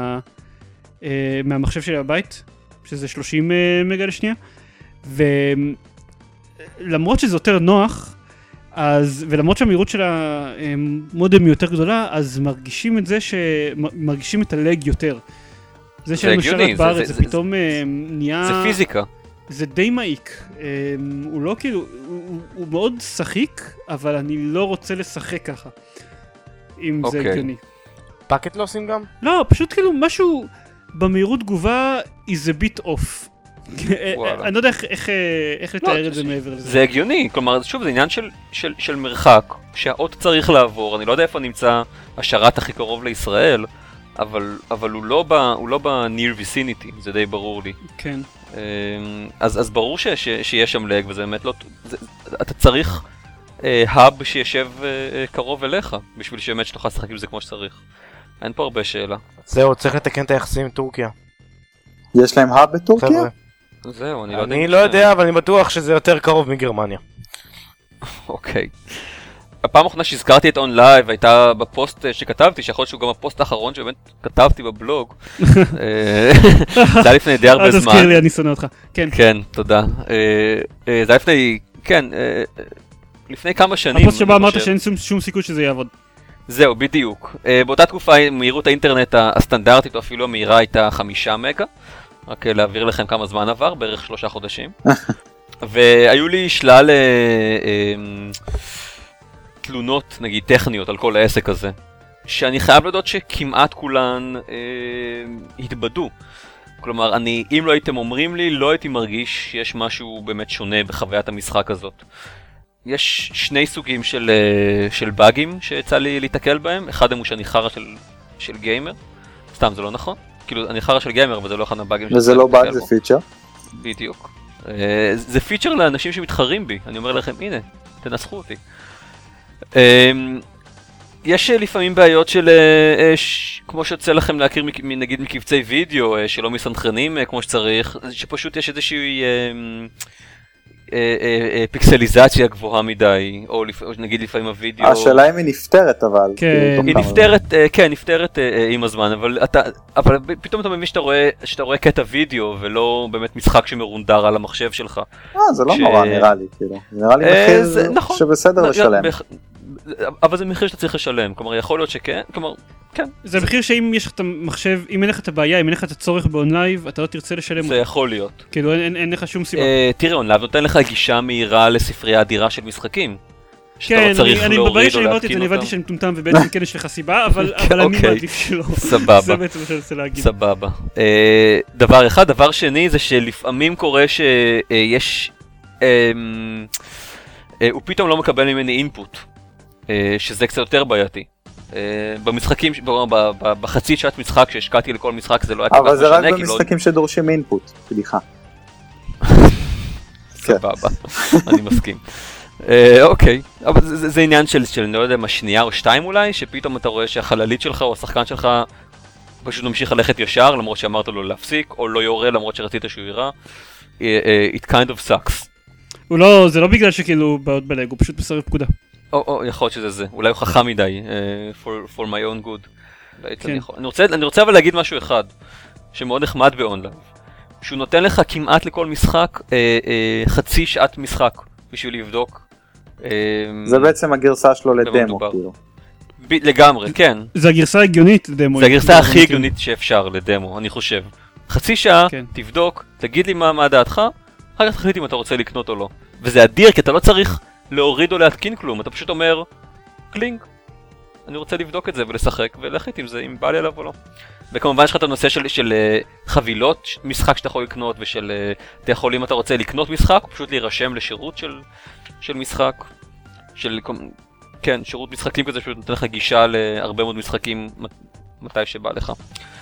מהמחשב שלי בבית, שזה 30 מגה לשנייה. ולמרות שזה יותר נוח, ולמרות שהמהירות של המודם היא יותר גדולה, אז מרגישים את זה שמרגישים את הלג יותר. זה שאני שרת בארץ, זה פתאום נהיה... זה פיזיקה. זה די מעיק. הוא לא כאילו, הוא מאוד שחיק, אבל אני לא רוצה לשחק ככה. אם זה הגיוני. פאקט לא עושים גם? לא, פשוט כאילו משהו במהירות תגובה is a bit off. אני לא יודע איך לתאר את זה מעבר לזה. זה הגיוני, כלומר, שוב, זה עניין של מרחק, שהאות צריך לעבור, אני לא יודע איפה נמצא השרת הכי קרוב לישראל, אבל הוא לא ב-near vicinity, זה די ברור לי. כן. אז ברור שיש שם לג, וזה באמת לא... אתה צריך האב שישב קרוב אליך, בשביל שבאמת שתוכל לשחק עם זה כמו שצריך. אין פה הרבה שאלה. זהו, צריך לתקן את היחסים עם טורקיה. יש להם האב בטורקיה? זהו, אני לא יודע. אני לא יודע, אבל אני בטוח שזה יותר קרוב מגרמניה. אוקיי. הפעם האחרונה שהזכרתי את אונלייב הייתה בפוסט שכתבתי, שיכול להיות שהוא גם הפוסט האחרון שבאמת כתבתי בבלוג. זה היה לפני די הרבה זמן. תזכיר לי, אני שונא אותך. כן. כן, תודה. זה היה לפני, כן, לפני כמה שנים. הפוסט שבה אמרת שאין שום סיכוי שזה יעבוד. זהו, בדיוק. באותה תקופה מהירות האינטרנט הסטנדרטית, או אפילו המהירה, הייתה 5 מגה. רק להעביר לכם כמה זמן עבר, בערך 3 חודשים. והיו לי שלל תלונות, נגיד, טכניות על כל העסק הזה. שאני חייב לדעות שכמעט כולן התבדו. כלומר, אם לא הייתם אומרים לי, לא הייתי מרגיש שיש משהו באמת שונה בחוויית המשחק הזאת. יש 2 סוגים של באגים שיצא לי להתקל בהם. אחד הוא שאני חרא של גיימר. סתם, זה לא נכון. כאילו, אני חרא של גיימר, אבל זה לא אחד הבאגים שיצא לי וזה לא באג, זה פיצ'ר? בדיוק. זה פיצ'ר לאנשים שמתחרים בי. אני אומר לכם, הנה, תנסחו אותי. יש לפעמים בעיות של, כמו שיוצא לכם להכיר נגיד מקבצי וידאו, שלא מסנכרנים כמו שצריך, שפשוט יש איזושהי פיקסליזציה גבוהה מדי, או נגיד לפעמים הוידאו... השאלה אם היא נפטרת אבל. היא נפטרת, כן, נפטרת עם הזמן, אבל פתאום אתה מבין שאתה רואה קטע וידאו, ולא באמת משחק שמרונדר על המחשב שלך. זה לא נורא נראה לי, כאילו. נראה לי מחיר שבסדר לשלם. אבל זה מחיר שאתה צריך לשלם, כלומר יכול להיות שכן, כלומר, כן. זה מחיר שאם יש לך את המחשב, אם אין לך את הבעיה, אם אין לך את הצורך באונלייב, אתה לא תרצה לשלם. זה יכול להיות. כאילו אין לך שום סיבה. תראה, אונלייב נותן לך גישה מהירה לספרייה אדירה של משחקים. כן, ברגע שאני אמרתי את זה, אני הבנתי שאני מטומטם ובעצם כן יש לך סיבה, אבל אני מעדיף שלא. סבבה. זה בעצם מה שאני רוצה להגיד. סבבה. דבר אחד, דבר שני זה שלפעמים קורה שיש... הוא פתאום לא מקבל ממני אינפוט. שזה קצת יותר בעייתי. במשחקים, בחצי שעת משחק שהשקעתי לכל משחק זה לא היה כל כך משנה. אבל זה רק במשחקים שדורשים אינפוט, בדיחה. סבבה, אני מסכים. אוקיי, אבל זה עניין של, אני לא יודע, שנייה או שתיים אולי, שפתאום אתה רואה שהחללית שלך או השחקן שלך פשוט ממשיך ללכת ישר, למרות שאמרת לו להפסיק, או לא יורה למרות שרצית שהוא יירה. It kind of sucks. זה לא בגלל שכאילו בעיות בלג, הוא פשוט מסרב פקודה. או, יכול להיות שזה זה. אולי הוא חכם מדי, for my own good. אני רוצה אבל להגיד משהו אחד, שמאוד נחמד באונלייב. שהוא נותן לך כמעט לכל משחק, חצי שעת משחק, בשביל לבדוק. זה בעצם הגרסה שלו לדמו, כאילו. לגמרי, כן. זה הגרסה ההגיונית לדמו. זה הגרסה הכי הגיונית שאפשר לדמו, אני חושב. חצי שעה, תבדוק, תגיד לי מה דעתך, אחר כך תחליט אם אתה רוצה לקנות או לא. וזה אדיר, כי אתה לא צריך להוריד או להתקין כלום, אתה פשוט אומר, קלינג, אני רוצה לבדוק את זה ולשחק, ולהחליט אם בא לי עליו או לא. וכמובן יש לך את הנושא של חבילות משחק שאתה יכול לקנות, ושל, אתה יכול אם אתה רוצה לקנות משחק, פשוט להירשם לשירות של משחק, כן, שירות משחקים כזה, שפשוט נותן לך גישה להרבה מאוד משחקים מתי שבא לך.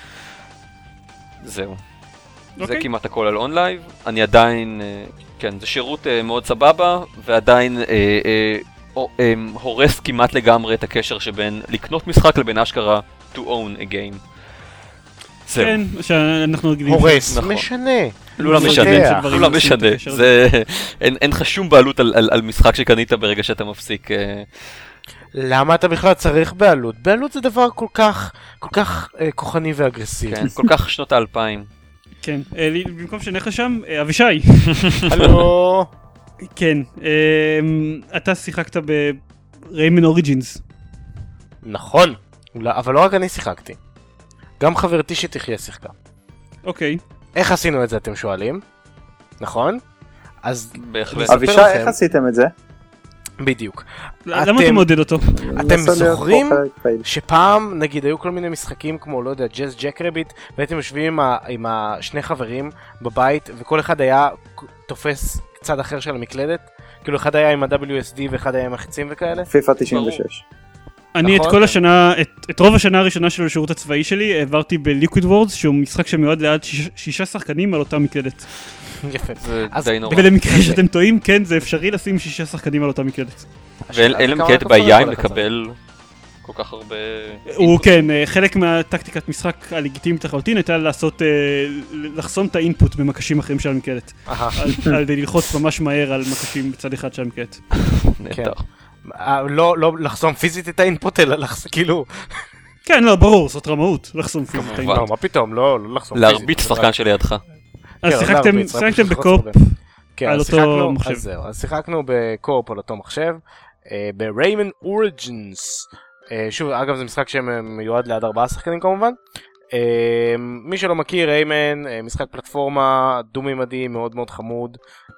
זהו. זה כמעט הכל על אונלייב, אני עדיין, כן, זה שירות מאוד סבבה, ועדיין הורס כמעט לגמרי את הקשר שבין לקנות משחק לבין אשכרה to own a game. זהו. כן, שאנחנו רגילים. הורס, משנה. לא משנה, אין לך שום בעלות על משחק שקנית ברגע שאתה מפסיק. למה אתה בכלל צריך בעלות? בעלות זה דבר כל כך כוחני ואגרסיבי. כן, כל כך שנות ה-2000. כן, במקום שנלך שם, אבישי. הלו. כן, אתה שיחקת בריימן אוריג'ינס. נכון, אבל לא רק אני שיחקתי. גם חברתי שתחיה שיחקה. אוקיי. איך עשינו את זה אתם שואלים? נכון? אז בהחלט. אבישי, איך עשיתם את זה? בדיוק. למה אתה מעודד אותו? אתם זוכרים שפעם נגיד היו כל מיני משחקים כמו לא יודע ג'אז ג'ק רביט, והייתם יושבים עם השני חברים בבית וכל אחד היה תופס צד אחר של המקלדת, כאילו אחד היה עם ה-WSD ואחד היה עם החיצים וכאלה. פיפה 96. אני את כל השנה, את רוב השנה הראשונה של השירות הצבאי שלי העברתי בליקוויד וורדס, שהוא משחק שמיועד ליד 6 שחקנים על אותה מקלדת. יפה. זה די נורא. ולמקרה שאתם טועים, כן, זה אפשרי לשים 6 שחקנים על אותה מקלדת. ואין למקלדת בעיה עם לקבל כל כך הרבה... הוא כן, חלק מהטקטיקת משחק הלגיטימית לחלוטין הייתה לחסום את האינפוט במקשים אחרים של המקלדת. על ידי ללחוץ ממש מהר על מקשים בצד אחד של המקלדת. נהדר. לא לחסום פיזית את האינפוט, אלא כאילו... כן, לא, ברור, זאת רמאות, לחסום פיזית את האינפוט. מה פתאום, לא לחסום פיזית. להרביץ שחקן שלידך. אז שיחקתם בקופ על אותו מחשב. אז שיחקנו בקופ על אותו מחשב, בריימן אוריג'ינס. שוב, אגב זה משחק שמיועד ליד 4 שחקנים כמובן. מי שלא מכיר, ריימן, משחק פלטפורמה דו-מימדי מאוד מאוד חמוד.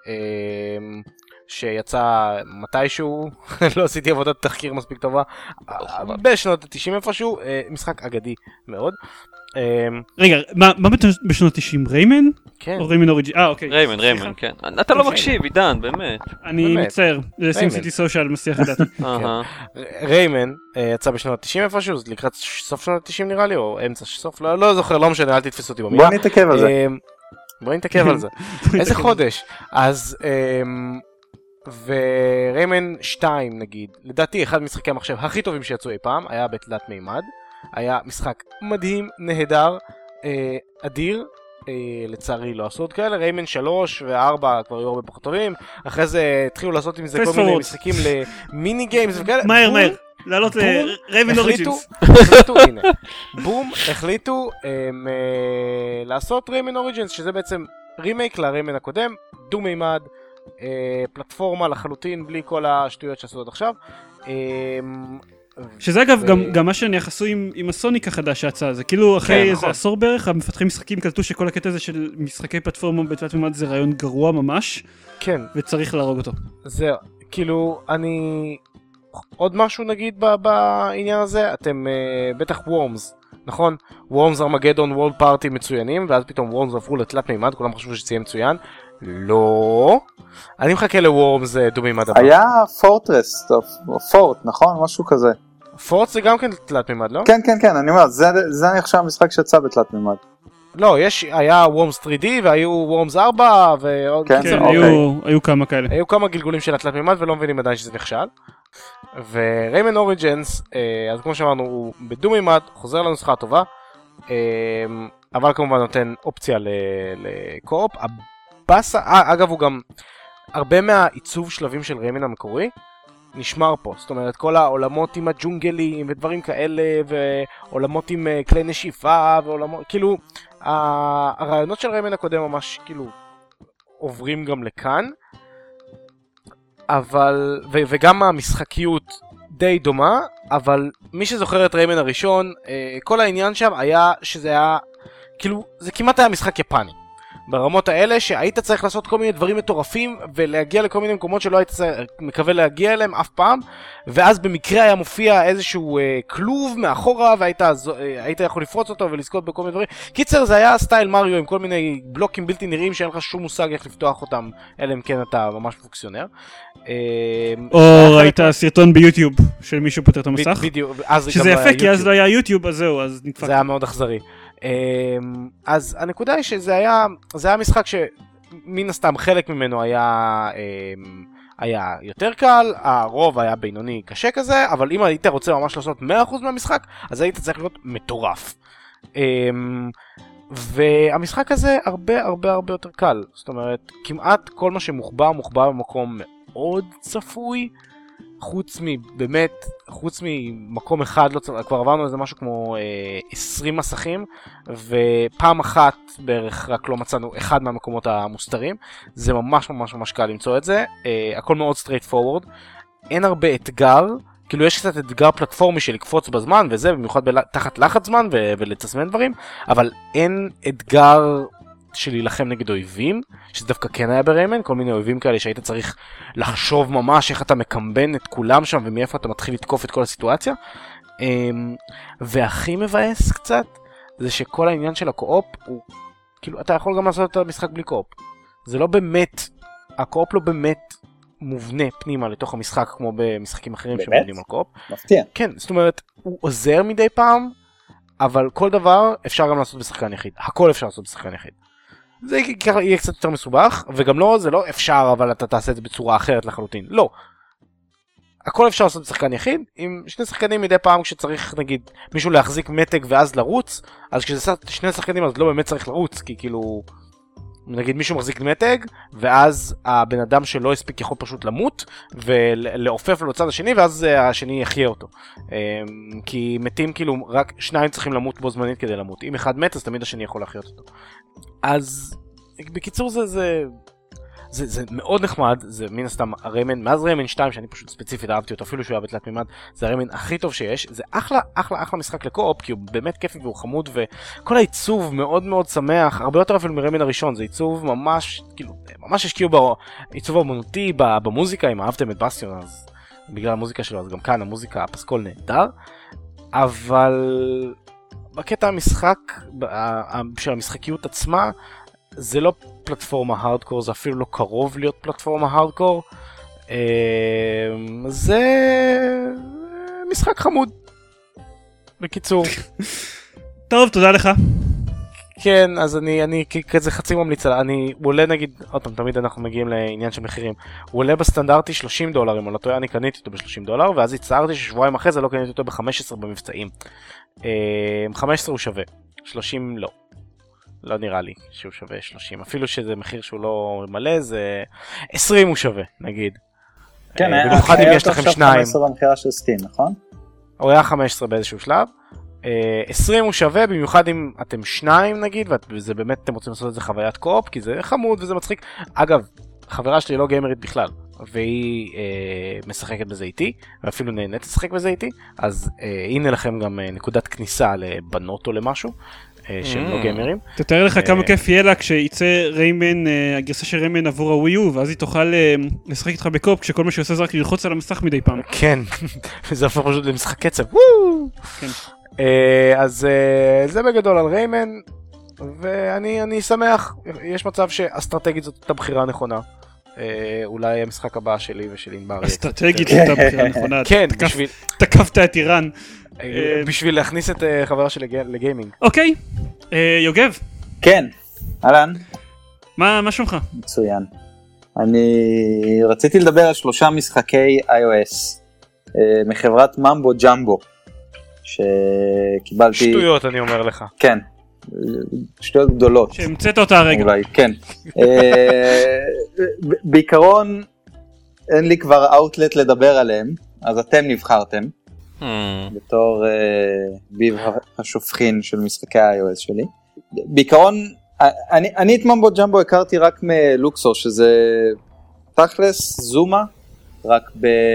שיצא מתישהו, לא עשיתי עבודת תחקיר מספיק טובה, בשנות ה-90 איפשהו, משחק אגדי מאוד. רגע, מה בשנות ה-90? ריימן? כן. או ריימן אוריג'ין? אוקיי. ריימן, כן. אתה לא מקשיב, עידן, באמת. אני מצטער, זה סימסיטי סושיאל מסיח את דעתי. ריימן יצא בשנות ה-90 איפשהו, זה לקראת סוף שנות ה-90 נראה לי, או אמצע סוף, לא זוכר, לא משנה, אל תתפס אותי במילה. בוא נתעכב על זה. איזה חודש. אז וריימן 2 נגיד, לדעתי אחד משחקי המחשב הכי טובים שיצאו אי פעם, היה בתלת מימד, היה משחק מדהים, נהדר, אדיר, לצערי לא עשו עוד כאלה, ריימן 3 ו4 כבר היו הרבה פחות טובים, אחרי זה התחילו לעשות עם זה כל מיני משחקים למיני גיימס וכאלה. מהר, לעלות לריימן אוריג'ינס. בום, החליטו לעשות ריימן אוריג'ינס, שזה בעצם רימייק לריימן הקודם, דו מימד, פלטפורמה לחלוטין בלי כל השטויות שעשו עד עכשיו. שזה אגב גם מה שהם יחסו עם הסוניק החדש שיצא, זה כאילו אחרי איזה עשור בערך, המפתחים משחקים קלטו שכל הקטע הזה של משחקי פלטפורמה בתלת מימד זה רעיון גרוע ממש, כן. וצריך להרוג אותו. זה, כאילו, אני... עוד משהו נגיד בעניין הזה, אתם בטח וורמס, נכון? וורמס ארמגדון וולד פארטי מצוינים, ואז פתאום וורמס עברו לתלת מימד, כולם חשבו שזה יהיה מצוין. לא. אני מחכה לוורמס דו מימד הבא. היה פורטרס, או פורט, נכון? משהו כזה. פורט זה גם כן תלת מימד, לא? כן, אני אומר, זה נחשב המשחק שיצא בתלת מימד. לא, היה וורמס 3D והיו וורמס 4 ועוד... כן, היו כמה כאלה. היו כמה גלגולים של התלת מימד ולא מבינים עדיין שזה נכשל. וריימן אוריג'ינס, אז כמו שאמרנו, הוא בדו מימד, חוזר לנוסחה הטובה, אבל כמובן נותן אופציה לקו-אופ. אגב, הוא גם, הרבה מהעיצוב שלבים של ריימן המקורי נשמר פה, זאת אומרת כל העולמות עם הג'ונגלים ודברים כאלה, ועולמות עם כלי נשיפה, ועולמות, כאילו, הרעיונות של ריימן הקודם ממש כאילו עוברים גם לכאן, אבל, וגם המשחקיות די דומה, אבל מי שזוכר את ריימן הראשון, כל העניין שם היה שזה היה, כאילו, זה כמעט היה משחק יפני. ברמות האלה שהיית צריך לעשות כל מיני דברים מטורפים ולהגיע לכל מיני מקומות שלא היית מקווה להגיע אליהם אף פעם, ואז במקרה היה מופיע איזשהו כלוב מאחורה והיית יכול לפרוץ אותו ולזכות בכל מיני דברים. קיצר, זה היה סטייל מריו עם כל מיני בלוקים בלתי נראים שאין לך שום מושג איך לפתוח אותם, אלא אם כן אתה ממש פונקציונר. או ראית סרטון ביוטיוב של מישהו פותר את המסך? בדיוק. שזה יפה כי אז לא היה יוטיוב, אז זהו, אז נדפק. זה היה מאוד אכזרי. אז הנקודה היא שזה היה משחק שמן הסתם חלק ממנו היה יותר קל, הרוב היה בינוני קשה כזה, אבל אם היית רוצה ממש לעשות 100% מהמשחק, אז היית צריך להיות מטורף. והמשחק הזה הרבה יותר קל, זאת אומרת, כמעט כל מה שמוחבא במקום מאוד צפוי, חוץ ממקום אחד, כבר עברנו איזה משהו כמו 20 מסכים, ופעם אחת בערך רק לא מצאנו אחד מהמקומות המוסתרים. זה ממש קל למצוא את זה, הכל מאוד straight forward, אין הרבה אתגר, כאילו יש קצת אתגר פלטפורמי של לקפוץ בזמן וזה, במיוחד תחת לחץ זמן ולתזמן דברים, אבל אין אתגר של להילחם נגד אויבים, שזה דווקא כן היה בריימן, כל מיני אויבים כאלה שהיית צריך לחשוב ממש איך אתה מקמבן את כולם שם ומאיפה אתה מתחיל לתקוף את כל הסיטואציה. והכי מבאס קצת זה שכל העניין של הקו-אופ הוא כאילו אתה יכול גם לעשות את המשחק בלי קו-אופ. זה לא באמת, הקו-אופ לא באמת מובנה פנימה לתוך המשחק כמו במשחקים אחרים שמובנים על קו-אופ. מפתיע. כן, זאת אומרת הוא עוזר מדי פעם, אבל כל דבר אפשר גם לעשות בשחקן יחיד, הכל אפשר לעשות בשחקן יחיד. זה יהיה קצת יותר מסובך, וגם לא, זה לא אפשר, אבל אתה תעשה את זה בצורה אחרת לחלוטין. לא. הכל אפשר לעשות בשחקן יחיד, עם שני שחקנים מדי פעם כשצריך, נגיד, מישהו להחזיק מתג ואז לרוץ, אז כשזה שני שחקנים אז לא באמת צריך לרוץ, כי כאילו, נגיד מישהו מחזיק מתג, ואז הבן אדם שלא הספיק יכול פשוט למות, ולעופף לו לצד השני, ואז השני יחיה אותו. כי מתים כאילו, רק שניים צריכים למות בו זמנית כדי למות. אם אחד מת, אז תמיד השני יכול להחיות אותו. אז בקיצור זה מאוד נחמד, זה מן הסתם הריימן, מאז ריימן 2 שאני פשוט ספציפית אהבתי אותו, אפילו שהוא היה בתלת מימד, זה הריימן הכי טוב שיש, זה אחלה משחק לקו-אופ, כי הוא באמת כיפי והוא חמוד, וכל העיצוב מאוד שמח, הרבה יותר אפילו מריימן הראשון, זה עיצוב ממש, כאילו, ממש השקיעו בעיצוב אמנותי, במוזיקה, אם אהבתם את בסטיון, אז בגלל המוזיקה שלו, אז גם כאן המוזיקה, הפסקול נהדר, אבל בקטע המשחק, של המשחקיות עצמה, זה לא פלטפורמה הארדקור, זה אפילו לא קרוב להיות פלטפורמה הארדקור. זה משחק חמוד. בקיצור. טוב, תודה לך. כן, אז אני כזה חצי ממליץ, הוא עולה נגיד, עוד פעם, תמיד אנחנו מגיעים לעניין של מחירים, הוא עולה בסטנדרטי $30, אם אני לא טועה, אני קניתי אותו $30, ואז הצטערתי ששבועיים אחרי זה לא קניתי אותו ב-15 במבצעים. 15 הוא שווה, 30 לא. לא נראה לי שהוא שווה 30, אפילו שזה מחיר שהוא לא מלא, זה 20 הוא שווה, נגיד. כן, במיוחד אם יש לכם שניים. 15 במחירה של סטים, נכון? הוא היה 15 באיזשהו שלב. 20 הוא שווה, במיוחד אם אתם שניים נגיד, וזה באמת אתם רוצים לעשות את זה חוויית קופ, כי זה חמוד וזה מצחיק. אגב, חברה שלי לא גיימרית בכלל, והיא משחקת בזה איתי, ואפילו נהנית לשחק בזה איתי, אז הנה לכם גם נקודת כניסה לבנות או למשהו, שהם לא גיימרים. תתאר לך כמה כיף יהיה לה כשיצא ריימן, הגרסה של ריימן עבור הווי-יו, ואז היא תוכל לשחק איתך בקופ, כשכל מה שעושה זה רק ללחוץ על המסך מדי פעם. כן, וזה הופך פשוט למשחק קצב. כן. אז זה בגדול על ריימן, ואני שמח, יש מצב שאסטרטגית זאת הבחירה הנכונה. אולי המשחק הבא שלי ושל ענבר. אסטרטגית זאת הבחירה הנכונה. כן, תקפת את איראן. בשביל להכניס את חברה שלי לגיימינג. אוקיי, יוגב. כן, אהלן. מה שלומך? מצוין. אני רציתי לדבר על 3 משחקי iOS מחברת ממבו ג'מבו שקיבלתי... שטויות אני אומר לך. כן, שטויות גדולות. שהמצאת אותה הרגע. אולי, כן. בעיקרון אין לי כבר אאוטלט לדבר עליהם, אז אתם נבחרתם בתור ביב השופכין של משחקי ה-iOS שלי. בעיקרון, אני את ממבו ג'מבו הכרתי רק מלוקסור, שזה תכלס זומה, רק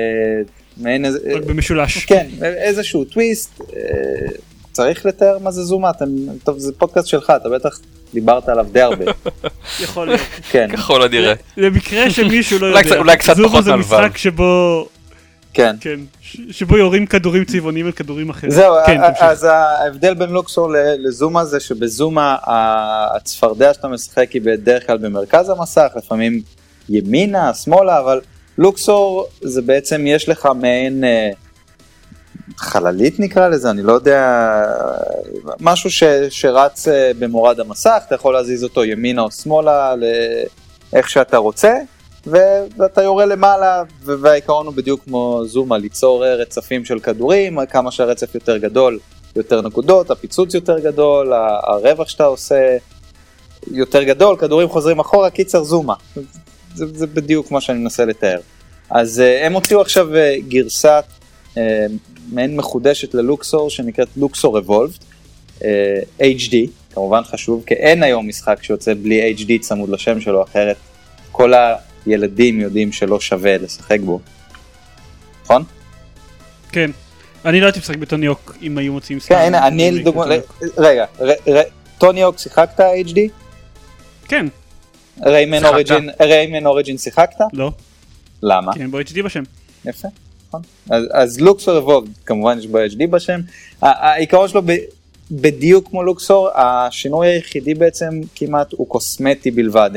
במשולש. כן, איזשהו טוויסט, צריך לתאר מה זה זומה, טוב, זה פודקאסט שלך, אתה בטח דיברת עליו די הרבה. יכול להיות. כן. ככל הנראה. למקרה שמישהו לא יודע. אולי קצת פחות זומה זה משחק שבו... כן. כן, שבו יורים כדורים צבעוניים על כדורים אחרים. זהו, אז ההבדל בין לוקסור לזומה זה שבזומה הצפרדע שאתה משחק היא בדרך כלל במרכז המסך, לפעמים ימינה, שמאלה, אבל לוקסור זה בעצם יש לך מעין חללית נקרא לזה, אני לא יודע, משהו שרץ במורד המסך, אתה יכול להזיז אותו ימינה או שמאלה לאיך שאתה רוצה, ואתה יורה למעלה, והעיקרון הוא בדיוק כמו זומה, ליצור רצפים של כדורים, כמה שהרצף יותר גדול, יותר נקודות, הפיצוץ יותר גדול, הרווח שאתה עושה יותר גדול, כדורים חוזרים אחורה, קיצר זומה. זה בדיוק מה שאני מנסה לתאר. אז הם הוציאו עכשיו גרסת מעין מחודשת ללוקסור, שנקראת לוקסור אבולבד, HD, כמובן חשוב, כי אין היום משחק שיוצא בלי HD צמוד לשם שלו, אחרת כל הילדים יודעים שלא שווה לשחק בו. נכון? כן. אני לא הייתי משחק בטוני הוק אם היו מוצאים משחק. כן, הנה, אני לדוגמה, רגע, טוני הוק שיחקת HD? כן. ריימן אוריג'ין שיחקת? לא. למה? כן, בו HD בשם. יפה, נכון. אז לוקסור אבולבד, כמובן יש בו HD בשם. העיקרון שלו בדיוק כמו לוקסור, השינוי היחידי בעצם כמעט הוא קוסמטי בלבד.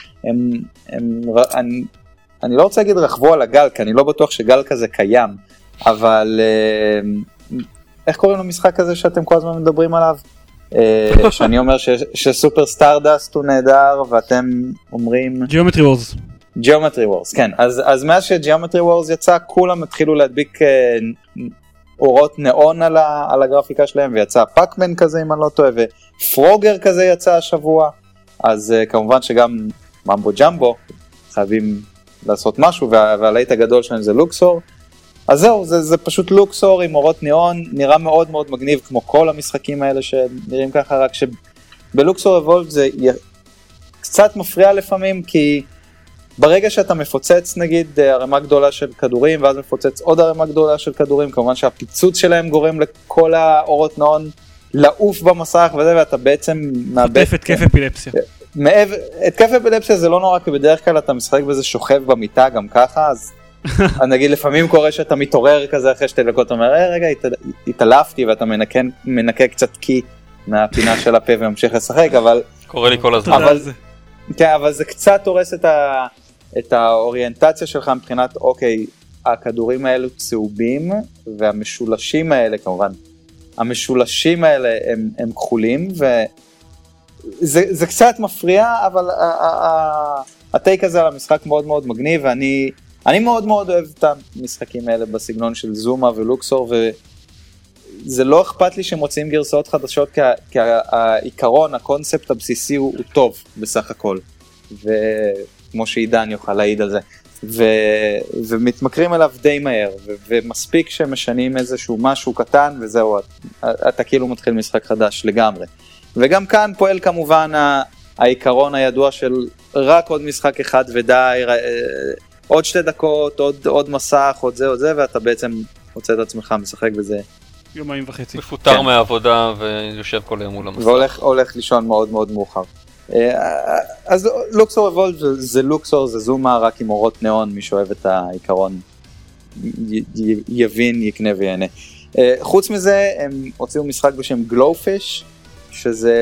אני לא רוצה להגיד רכבו על הגל, כי אני לא בטוח שגל כזה קיים, אבל איך קוראים למשחק הזה שאתם כל הזמן מדברים עליו? שאני אומר שסופר סטארדסט הוא נהדר, ואתם אומרים... Geometry Wars. Geometry Wars, כן. אז מאז שGeometry Wars יצא, כולם התחילו להדביק אורות נאון על הגרפיקה שלהם, ויצא פאקמן כזה אם אני לא טועה, ופרוגר כזה יצא השבוע, אז כמובן שגם ממבו ג'מבו חייבים לעשות משהו, והלהיט הגדול שלהם זה לוקסור. אז זהו, זה פשוט לוקסור עם אורות ניאון, נראה מאוד מאוד מגניב כמו כל המשחקים האלה שנראים ככה, רק שבלוקסור אבולבד זה קצת מפריע לפעמים, כי ברגע שאתה מפוצץ נגיד הרמה גדולה של כדורים, ואז מפוצץ עוד הרמה גדולה של כדורים, כמובן שהפיצוץ שלהם גורם לכל האורות ניאון לעוף במסך וזה, ואתה בעצם חוטף התקף אפילפסיה. התקף אפילפסיה זה לא נורא, כי בדרך כלל אתה משחק בזה שוכב במיטה גם ככה, אז נגיד לפעמים קורה שאתה מתעורר כזה אחרי 2 דקות, אתה אומר רגע התעלפתי, ואתה מנקה קצת קי מהפינה של הפה וממשיך לשחק, אבל קורה לי כל הזמן. כן, אבל זה קצת הורס את האוריינטציה שלך מבחינת, אוקיי, הכדורים האלו צהובים, והמשולשים האלה כמובן, המשולשים האלה הם כחולים, זה קצת מפריע, אבל הטייק הזה על המשחק מאוד מאוד מגניב, ואני מאוד מאוד אוהב את המשחקים האלה בסגנון של זומה ולוקסור, וזה לא אכפת לי שמוצאים גרסאות חדשות, כי העיקרון, הקונספט הבסיסי הוא טוב בסך הכל, וכמו שעידן יוכל להעיד על זה, ומתמכרים אליו די מהר, ומספיק שמשנים איזשהו משהו קטן, וזהו, אתה כאילו מתחיל משחק חדש לגמרי. וגם כאן פועל כמובן העיקרון הידוע של רק עוד משחק אחד ודי, עוד 2 דקות, עוד מסך, עוד זה, ואתה בעצם מוצא את עצמך משחק בזה. 2.5 ימים. מפוטר מהעבודה ויושב כל היום מול המסך. והולך לישון מאוד מאוד מאוחר. אז לוקסור אבולד זה לוקסור, זה זומה רק עם אורות נאון, מי שאוהב את העיקרון יבין, יקנה ויהנה. חוץ מזה הם הוציאו משחק בשם גלואופיש, שזה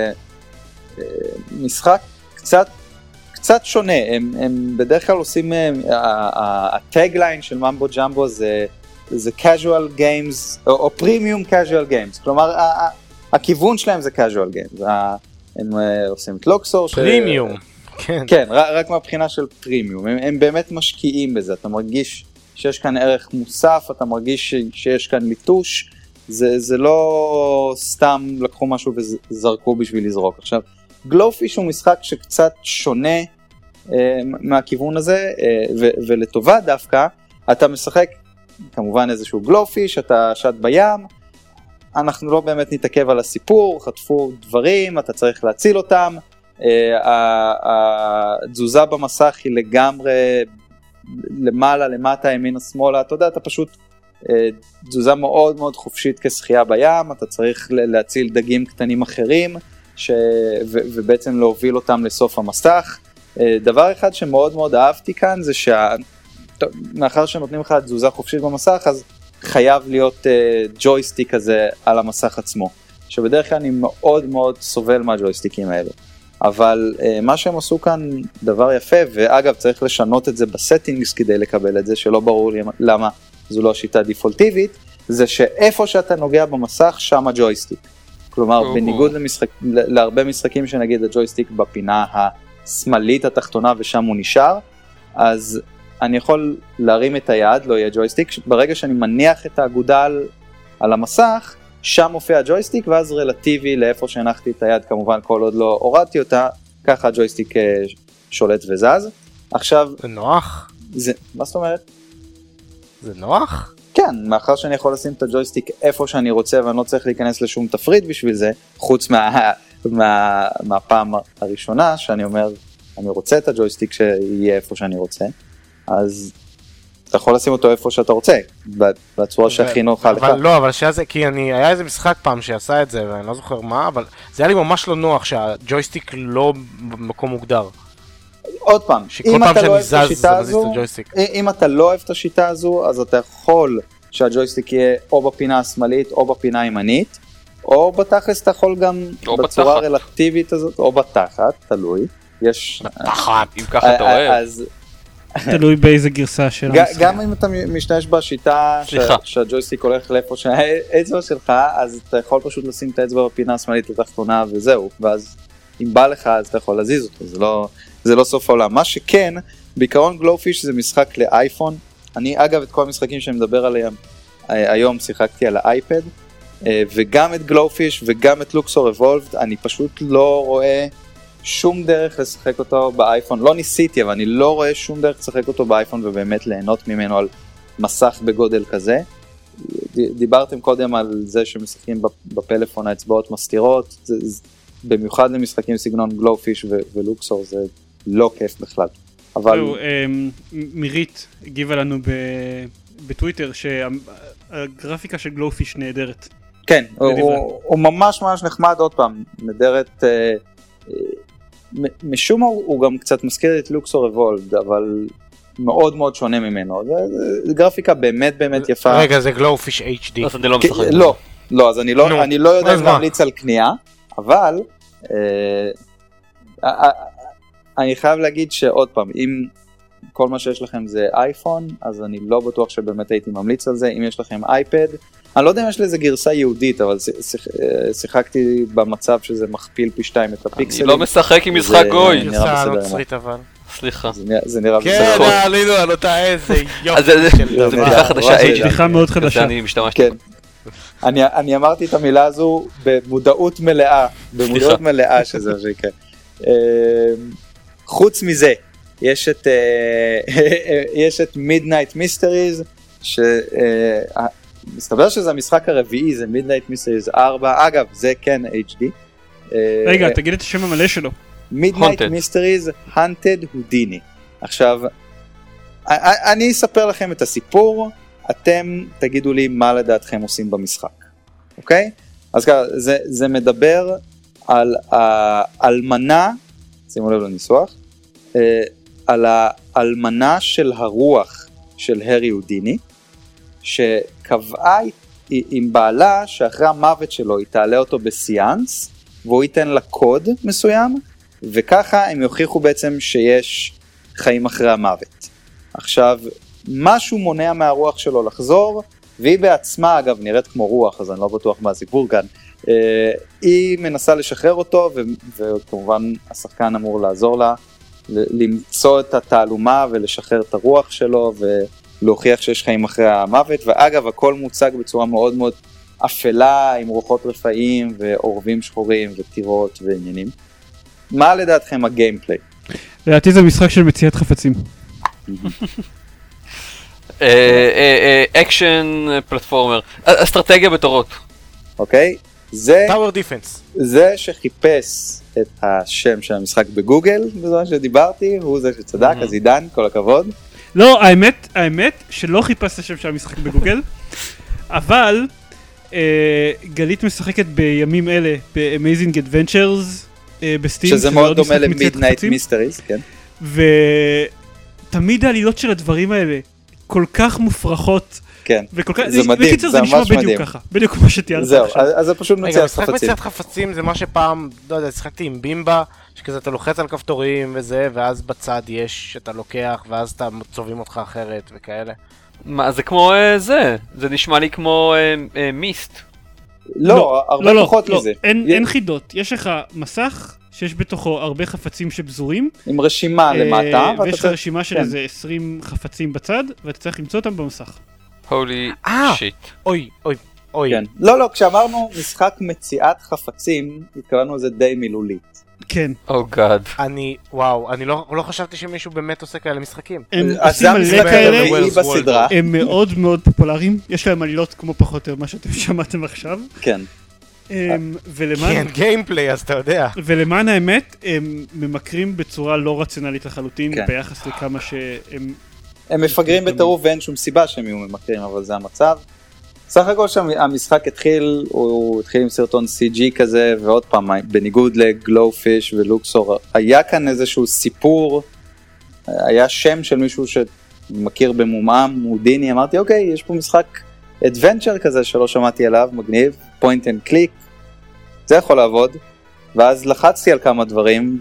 משחק קצת שונה, הם בדרך כלל עושים, הטגליין של ממבו ג'מבו זה casual games, או premium casual games, כלומר הכיוון שלהם זה casual games, הם עושים את לוקסור. פרימיום. כן, רק מהבחינה של פרימיום, הם באמת משקיעים בזה, אתה מרגיש שיש כאן ערך מוסף, אתה מרגיש שיש כאן ליטוש, זה לא סתם לקחו משהו וזרקו בשביל לזרוק. עכשיו, גלואופיש הוא משחק שקצת שונה מהכיוון הזה, ולטובה דווקא, אתה משחק כמובן איזשהו גלואופיש, אתה שט בים, אנחנו לא באמת נתעכב על הסיפור, חטפו דברים, אתה צריך להציל אותם, התזוזה במסך היא לגמרי למעלה, למטה, ימינה, שמאלה, אתה יודע, אתה פשוט תזוזה מאוד מאוד חופשית כשחייה בים, אתה צריך להציל דגים קטנים אחרים, ובעצם להוביל אותם לסוף המסך. דבר אחד שמאוד מאוד אהבתי כאן, זה מאחר שנותנים לך תזוזה חופשית במסך, אז חייב להיות ג'ויסטיק כזה על המסך עצמו, שבדרך כלל אני מאוד מאוד סובל מהג'ויסטיקים האלה. אבל מה שהם עשו כאן דבר יפה, ואגב צריך לשנות את זה בסטינגס כדי לקבל את זה, שלא ברור לי למה זו לא השיטה דיפולטיבית, זה שאיפה שאתה נוגע במסך, שם הג'ויסטיק. כלומר, בניגוד להרבה משחקים שנגיד הג'ויסטיק בפינה השמאלית התחתונה ושם הוא נשאר, אז אני יכול להרים את היד, לא יהיה ג'ויסטיק, ברגע שאני מניח את האגודל על המסך, שם מופיע הג'ויסטיק, ואז רלטיבי לאיפה שהנחתי את היד, כמובן כל עוד לא הורדתי אותה, ככה הג'ויסטיק שולט וזז. עכשיו... זה נוח? מה זאת אומרת? זה נוח? כן, מאחר שאני יכול לשים את הג'ויסטיק איפה שאני רוצה, ואני לא צריך להיכנס לשום תפריט בשביל זה, חוץ מהפעם הראשונה, שאני אומר, אני רוצה את הג'ויסטיק שיהיה איפה שאני רוצה, אז אתה יכול לשים אותו איפה שאתה רוצה, בצורה שהכי נוחה לך. אבל לא, אבל שזה, כי היה איזה משחק פעם שעשה את זה, ואני לא זוכר מה, אבל זה היה לי ממש לא נוח שהג'ויסטיק לא במקום מוגדר. עוד פעם, אם אתה לא אוהב את השיטה הזו, אם אתה לא אוהב את השיטה הזו, אז אתה יכול שהג'ויסטיק יהיה או בפינה השמאלית או בפינה הימנית, או בתחת אתה יכול גם בצורה רלטיבית הזאת, או בתחת, תלוי. יש... בתחת, אם ככה אתה אוהב. תלוי באיזה גרסה של המשחק. גם אם אתה משתמש בשיטה שהג'ויסטיק הולך לאיפה שהאצבע שלך, אז אתה יכול פשוט לשים את האצבע בפינה השמאלית לתחתונה וזהו, ואז אם בא לך אז אתה יכול להזיז אותו, זה לא סוף העולם. מה שכן, בעיקרון גלואופיש זה משחק לאייפון, אני אגב את כל המשחקים שאני מדבר עליהם היום שיחקתי על האייפד, וגם את גלואופיש וגם את לוקסור אבולבד, אני פשוט לא רואה שום דרך לשחק אותו באייפון, לא ניסיתי, אבל אני לא רואה שום דרך לשחק אותו באייפון ובאמת ליהנות ממנו על מסך בגודל כזה. דיברתם קודם על זה שמשחקים בפלאפון האצבעות מסתירות, במיוחד למשחקים סגנון גלואופיש ולוקסור זה לא כיף בכלל. אבל... מירית הגיבה לנו בטוויטר שהגרפיקה של גלואופיש נהדרת. כן, הוא ממש ממש נחמד, עוד פעם, נהדרת... משום מה הוא גם קצת מזכיר את לוקסור אבולד, אבל מאוד מאוד שונה ממנו. זה גרפיקה באמת באמת יפה. רגע, זה גלואופיש HD. לא, אז אני לא יודע להמליץ על קנייה, אבל אני חייב להגיד שעוד פעם, אם כל מה שיש לכם זה אייפון, אז אני לא בטוח שבאמת הייתי ממליץ על זה. אם יש לכם אייפד, אני לא יודע אם יש לזה גרסה יהודית, אבל שיחקתי במצב שזה מכפיל פי 2 את הפיקסלים. אני לא משחק עם משחק גוי. גרסה נוצרית אבל. סליחה. זה נראה כן, בסדר. עלינו על אותה איזה יופי של זה דבר. בדיחה חדשה, ממש HD. בדיחה מאוד חדשה. אני משתמש. כן. אני אמרתי את המילה הזו במודעות מלאה שזה מה שיקרה. חוץ מזה, יש את Midnight Mysteries, מסתבר שזה המשחק הרביעי, זה Midnight Mysteries 4, אגב זה כן HD. רגע, תגיד את השם המלא שלו. Midnight Mysteries Haunted Houdini. עכשיו, אני אספר לכם את הסיפור, אתם תגידו לי מה לדעתכם עושים במשחק, אוקיי? אז ככה, זה מדבר על האלמנה, שימו לב לניסוח, על האלמנה של הרוח של הרי הודיני, שקבעה עם בעלה שאחרי המוות שלו היא תעלה אותו בסיאנס, והוא ייתן לה קוד מסוים, וככה הם יוכיחו בעצם שיש חיים אחרי המוות. עכשיו, משהו מונע מהרוח שלו לחזור, והיא בעצמה אגב נראית כמו רוח, אז אני לא בטוח מה הסיפור כאן, היא מנסה לשחרר אותו, וכמובן השחקן אמור לעזור לה, למצוא את התעלומה ולשחרר את הרוח שלו, ולהוכיח שיש חיים אחרי המוות, ואגב הכל מוצג בצורה מאוד מאוד אפלה, עם רוחות רפאים ועורבים שחורים וטירות ועניינים. מה לדעתכם הגיימפליי? לדעתי זה משחק של מציאת חפצים. אקשן פלטפורמר, אסטרטגיה בתורות. אוקיי? טאוור דיפנס. זה שחיפש את השם של המשחק בגוגל, בזמן שדיברתי, הוא זה שצדק, אז עידן, כל הכבוד. לא, האמת שלא חיפשת השם של המשחק בגוגל, אבל גלית משחקת בימים אלה ב-Amazing Adventures בסטים. שזה מאוד דומה ל-Midnight Mysteries, כן. ותמיד העלילות של הדברים האלה כל כך מופרכות. כן, זה מדהים, בקיצור זה נשמע בדיוק ככה, בדיוק כמו שתיארת זהו, עכשיו. אז זה פשוט מציאת חפצים. משחק מציאת חפצים זה מה שפעם, לא יודע, שחקתי עם בימבה, שכזה אתה לוחץ על כפתורים וזה, ואז בצד יש, אתה לוקח, ואז אתה צובעים אותך אחרת וכאלה. מה, זה כמו זה נשמע לי כמו מיסט. לא, הרבה פחות מזה. אין חידות, יש לך מסך שיש בתוכו הרבה חפצים שבזורים. עם רשימה למטה. ויש לך רשימה של איזה 20 חפצים בצד, ואתה צריך למצוא אותם במסך. הולי שיט. אוי. כן. לא, כשאמרנו משחק מציאת חפצים, התכוונו לזה די מילולית. כן. גאד. אני לא חשבתי שמישהו באמת עושה כאלה משחקים. הם אז עושים זה המשחק מלא כאלה, הרביעי בסדרה. הם מאוד מאוד פופולריים, יש להם עלילות כמו פחות או יותר מה שאתם שמעתם עכשיו. כן. כן, גיימפליי, אז אתה יודע. ולמען האמת, הם ממקרים בצורה לא רציונלית לחלוטין, ביחס לכמה שהם... הם מפגרים בטירוף ואין שום סיבה שהם יהיו ממקרים, אבל זה המצב. סך הכל שהמשחק התחיל, הוא התחיל עם סרטון CG כזה, ועוד פעם, בניגוד לגלואופיש ולוקסור, היה כאן איזשהו סיפור, היה שם של מישהו שמכיר במומם, הודיני, אמרתי, אוקיי, יש פה משחק אדוונצ'ר כזה שלא שמעתי עליו, מגניב, פוינט אנד קליק, זה יכול לעבוד, ואז לחצתי על כמה דברים,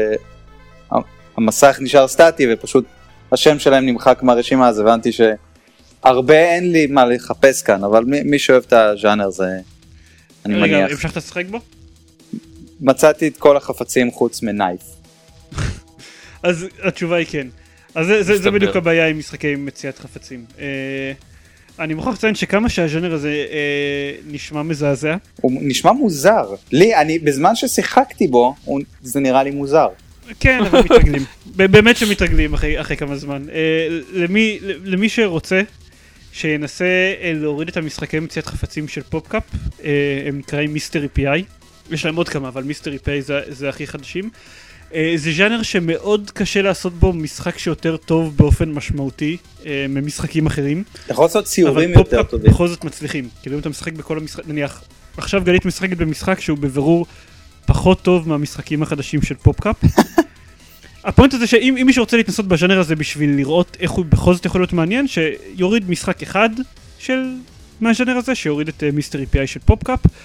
והמסך נשאר סטטי, ופשוט השם שלהם נמחק מהרשימה, אז הבנתי שהרבה אין לי מה לחפש כאן, אבל מי שאוהב את הז'אנר זה, אני מניח. רגע, המשכת לשחק בו? מצאתי את כל החפצים חוץ מנייף. אז התשובה היא כן. אז זה בדיוק הבעיה עם משחקי מציאת חפצים. אני מוכרח לציין שכמה שהז'אנר הזה נשמע מזעזע. הוא נשמע מוזר. בזמן ששיחקתי בו, זה נראה לי מוזר. כן, אבל מתרגלים. באמת שמתרגלים אחרי כמה זמן. למי שרוצה, שינסה להוריד את המשחקי מציאת חפצים של פופקאפ, הם נקראים מיסטרי פי-איי. יש להם עוד כמה, אבל מיסטרי פי-איי זה הכי חדשים. זה ז'אנר שמאוד קשה לעשות בו משחק שיותר טוב באופן משמעותי ממשחקים אחרים. אתה יכול לעשות ציורים יותר טובים. אבל פופקאפ בכל זאת מצליחים. כאילו אם אתה משחק בכל המשחק, נניח, עכשיו גלית משחקת במשחק שהוא בבירור פחות טוב מהמשחקים החדשים של פופקאפ. הפוינט הזה שאם מישהו רוצה להתנסות בז'אנר הזה בשביל לראות איך הוא בכל זאת יכול להיות מעניין, שיוריד משחק אחד מהז'אנר הזה, שיוריד את מיסטרי פי-איי של פופקאפ.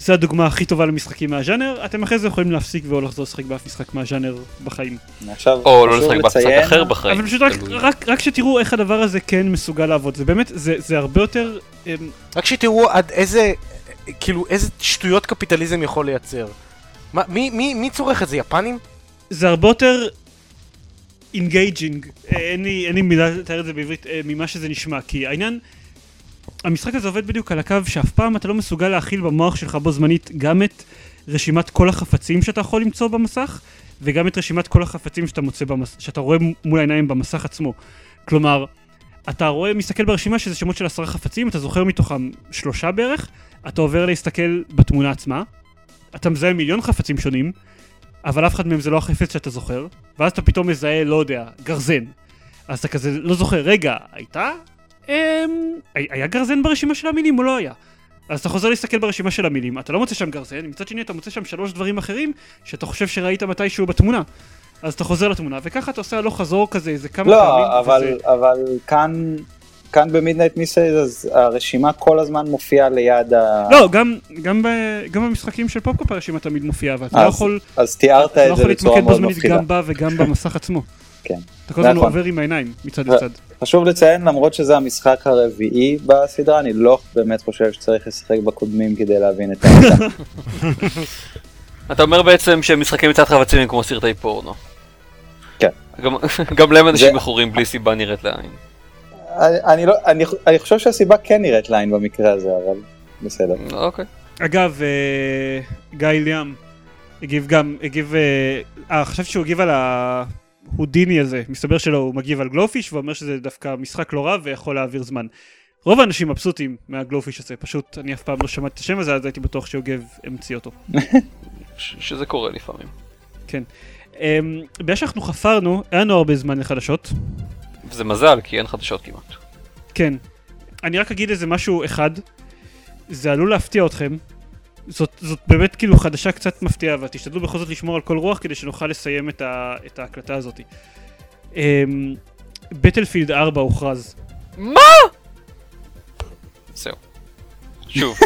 זה הדוגמה הכי טובה למשחקים מהז'אנר, אתם אחרי זה יכולים להפסיק ולא לחזור לשחק באף משחק מהז'אנר בחיים. או לא לשחק באף משחק אחר בחיים. אבל פשוט רק שתראו איך הדבר הזה כן מסוגל לעבוד, זה באמת, זה הרבה יותר... רק שתראו עד איזה, כאילו, איזה שטויות קפיטליזם יכול לייצר. מי צורך את זה, יפנים? זה הרבה יותר engaging, אין לי מילה לתאר את זה בעברית ממה שזה נשמע, כי העניין, המשחק הזה עובד בדיוק על הקו שאף פעם אתה לא מסוגל להכיל במוח שלך בו זמנית גם את רשימת כל החפצים שאתה יכול למצוא במסך, וגם את רשימת כל החפצים שאתה רואה מול העיניים במסך עצמו. כלומר, אתה מסתכל ברשימה שזה שמות של 10 חפצים, אתה זוכר מתוכם 3 בערך, אתה עובר להסתכל בתמונה עצמה, אתה מזהה 1,000,000 חפצים שונים, אבל אף אחד מהם זה לא החפץ שאתה זוכר, ואז אתה פתאום מזהה, לא יודע, גרזן. אז אתה כזה לא זוכר, רגע, היה גרזן ברשימה של המילים או לא היה? אז אתה חוזר להסתכל ברשימה של המילים, אתה לא מוצא שם גרזן, מצד שני אתה מוצא שם 3 דברים אחרים שאתה חושב שראית מתישהו בתמונה. אז אתה חוזר לתמונה, וככה אתה עושה הלוך חזור כזה, איזה כמה פעמים. לא, אבל כאן במידנייט מיסייז, אז הרשימה כל הזמן מופיעה ליד לא, גם במשחקים של פופקופ הרשימה תמיד מופיעה, ואתה לא יכול... אז תיארת את זה בצורה מאוד מפחידה. גם בה וגם במסך עצמו. כן. אתה כל הזמן עובר עם העיניים, מצד לצד. חשוב לציין, למרות שזה המשחק הרביעי בסדרה, אני לא באמת חושב שצריך לשחק בקודמים כדי להבין את העניין. אתה אומר בעצם שמשחקים מצד חפצים הם כמו סרטי פורנו. כן. גם להם אנשים מכורים בלי סיבה נראית לעין. אני חושב שהסיבה כן נראית לעין במקרה הזה, אבל בסדר. אוקיי. אגב, גיא ליאם הגיב, חשבתי שהוא הגיב על ההודיני הזה, מסתבר שלו הוא מגיב על גלופיש, ואומר שזה דווקא משחק לא רע ויכול להעביר זמן. רוב האנשים מבסוטים מהגלופיש הזה, פשוט אני אף פעם לא שמעתי את השם הזה, אז הייתי בטוח שהוגב המציא אותו. שזה קורה לפעמים. כן. בגלל שאנחנו חפרנו, היה לנו הרבה זמן לחדשות. וזה מזל, כי אין חדשות כמעט. כן. אני רק אגיד איזה משהו אחד, זה עלול להפתיע אתכם. זאת באמת כאילו חדשה קצת מפתיעה, ותשתדלו בכל זאת לשמור על כל רוח כדי שנוכל לסיים את ההקלטה הזאת. בטלפילד 4 הוכרז. מה? זהו. שוב.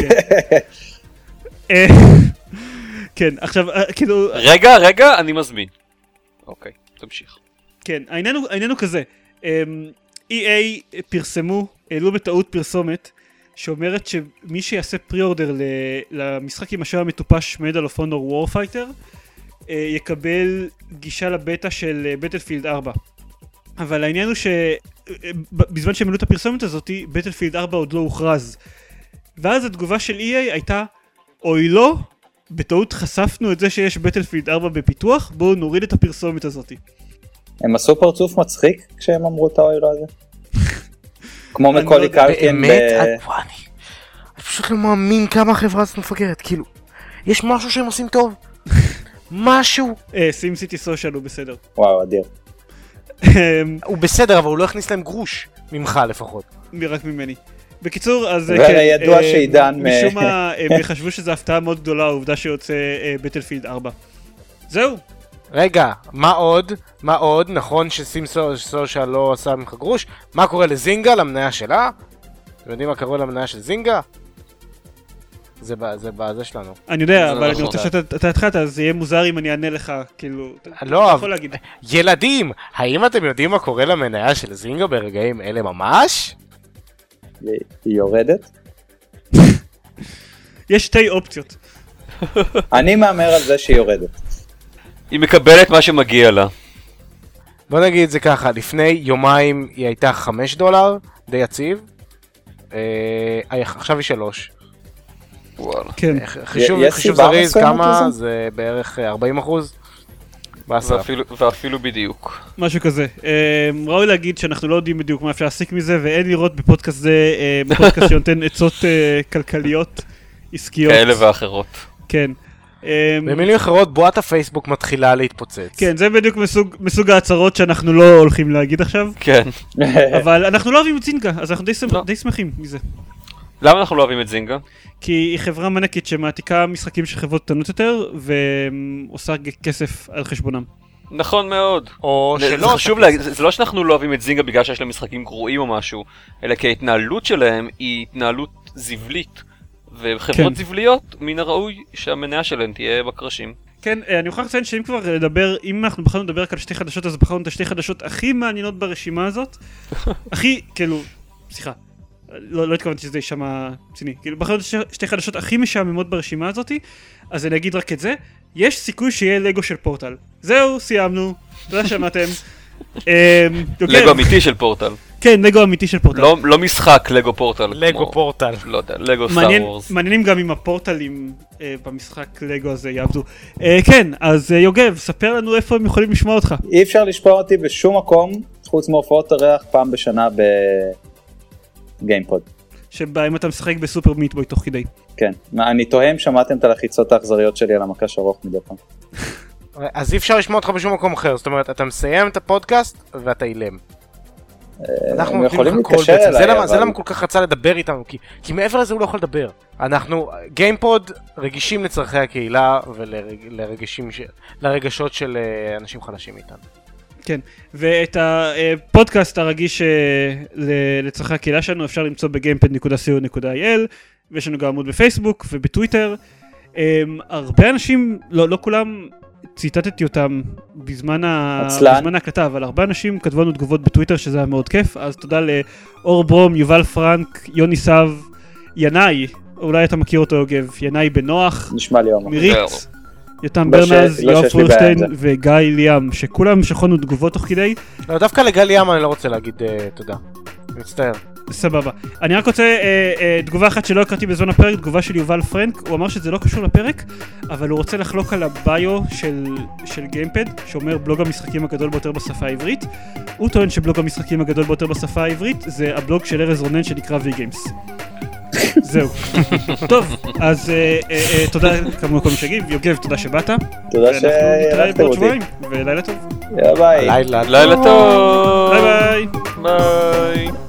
כן, עכשיו, כאילו... רגע, אני מזמין. אוקיי, תמשיך. כן, העניין הוא כזה. EA פרסמו, העלו בטעות פרסומת, שאומרת שמי שיעשה פרי-אורדר למשחק עם השם המטופש Medal of Honor Warfighter, יקבל גישה לבטא של בטלפילד 4. אבל העניין הוא שבזמן שהם העלו את הפרסומת הזאת, בטלפילד 4 עוד לא הוכרז. ואז התגובה של EA הייתה, אוי לא, בטעות חשפנו את זה שיש בטלפילד 4 בפיתוח, בואו נוריד את הפרסומת הזאת. הם עשו פרצוף מצחיק כשהם אמרו את האוי לא הזה? כמו מקולי קלקין באמת? אני פשוט לא מאמין כמה החברה הזאת מפגרת, כאילו, יש משהו שהם עושים טוב? משהו? סים סיטי סושיאל הוא בסדר. וואו, אדיר. הוא בסדר, אבל הוא לא הכניס להם גרוש, ממך לפחות. רק ממני. בקיצור, אז וידוע שעידן... משום מה, הם חשבו שזו הפתעה מאוד גדולה, העובדה שיוצא בטלפילד 4. זהו. רגע, מה עוד? נכון שסים סושיאל לא עשה ממך גרוש? מה קורה לזינגה, למניה שלה? אתם יודעים מה קורה למניה של זינגה? זה בזה שלנו. אני יודע, אבל אני רוצה שאתה התחלת, אז יהיה מוזר אם אני אענה לך, כאילו... לא, ילדים, האם אתם יודעים מה קורה למניה של זינגה ברגעים אלה ממש? היא יורדת? יש 2 אופציות. אני מאמר על זה שהיא יורדת. היא מקבלת מה שמגיע לה. בוא נגיד את זה ככה, לפני יומיים היא הייתה $5, די יציב. עכשיו היא 3. וואלה. כן. חישוב זריז כמה? זה בערך 40%. ואפילו בדיוק. משהו כזה. ראוי להגיד שאנחנו לא יודעים בדיוק מה אפשר להסיק מזה, ואין לראות בפודקאסט זה, בפודקאסט שנותן עצות כלכליות, עסקיות. כאלה ואחרות. כן. במילים אחרות, בועת הפייסבוק מתחילה להתפוצץ. כן, זה בדיוק מסוג ההצהרות שאנחנו לא הולכים להגיד עכשיו. כן. אבל אנחנו לא אוהבים את זינגה, אז אנחנו די שמחים מזה. למה אנחנו לא אוהבים את זינגה? כי היא חברה מנקית שמעתיקה משחקים של חברות קטנות יותר, ועושה כסף על חשבונם. נכון מאוד. או שלא. חשוב להגיד, זה לא שאנחנו לא אוהבים את זינגה בגלל שיש להם משחקים גרועים או משהו, אלא כי ההתנהלות שלהם היא התנהלות זבלית. וחברות זבליות, מן הראוי שהמניה שלהן תהיה בקרשים. כן, אני מוכרח לציין שאם כבר לדבר, אם אנחנו בחרנו לדבר רק על שתי חדשות, אז בחרנו את השתי חדשות הכי מעניינות ברשימה הזאת. הכי, כאילו, סליחה, לא התכוונתי שזה יישמע ציני. כאילו, בחרנו את שתי חדשות הכי משעממות ברשימה הזאת, אז אני אגיד רק את זה. יש סיכוי שיהיה לגו של פורטל. זהו, סיימנו. תודה שמעתם. לגו אמיתי של פורטל. כן, לגו אמיתי של פורטל. לא משחק לגו פורטל. לגו פורטל. לא יודע, לגו סטאר וורס. מעניינים גם אם הפורטלים במשחק לגו הזה יעבדו. כן, אז יוגב, ספר לנו איפה הם יכולים לשמוע אותך. אי אפשר לשמוע אותי בשום מקום, חוץ מהופעות הריח פעם בשנה בגיימפוד. שבה אם אתה משחק בסופר מיטבוי תוך כדי. כן, אני תוהם, שמעתם את הלחיצות האכזריות שלי על המקש ארוך מדי פעם. אז אי אפשר לשמוע אותך בשום מקום אחר, זאת אומרת, אתה מסיים את הפודקאסט ואתה אילם. הם יכולים להתקשר אליי, זה למה כל כך רצה לדבר איתנו, כי מעבר לזה הוא לא יכול לדבר. אנחנו, גיימפוד, רגישים לצרכי הקהילה ולרגשות של אנשים חלשים איתנו. כן, ואת הפודקאסט הרגיש לצרכי הקהילה שלנו אפשר למצוא בגיימפד.co.il, ויש לנו גם עמוד בפייסבוק ובטוויטר. הרבה אנשים, לא כולם ציטטתי אותם בזמן ההקלטה, אבל הרבה אנשים כתבו לנו תגובות בטוויטר שזה היה מאוד כיף, אז תודה לאור ברום, יובל פרנק, יוני סב, ינאי, אולי אתה מכיר אותו יוגב, ינאי בנוח, נשמע לי מירית, יותם ברנז, יואב פורשטיין וגיא ליאם, שכולם שכונו תגובות תוך כדי. לא, דווקא לגיא ליאם אני לא רוצה להגיד תודה, מצטער. סבבה. אני רק רוצה תגובה אחת שלא הקראתי בזמן הפרק, תגובה של יובל פרנק, הוא אמר שזה לא קשור לפרק, אבל הוא רוצה לחלוק על הביו של גיימפד, שאומר בלוג המשחקים הגדול ביותר בשפה העברית. הוא טוען שבלוג המשחקים הגדול ביותר בשפה העברית זה הבלוג של ארז רונן שנקרא V-Games. זהו. טוב, אז תודה כמובן כל מי שהגיב, יוגב תודה שבאת. תודה שהלכתם אותי. ולילה טוב. ביי. לילה טוב. ביי ביי. ביי.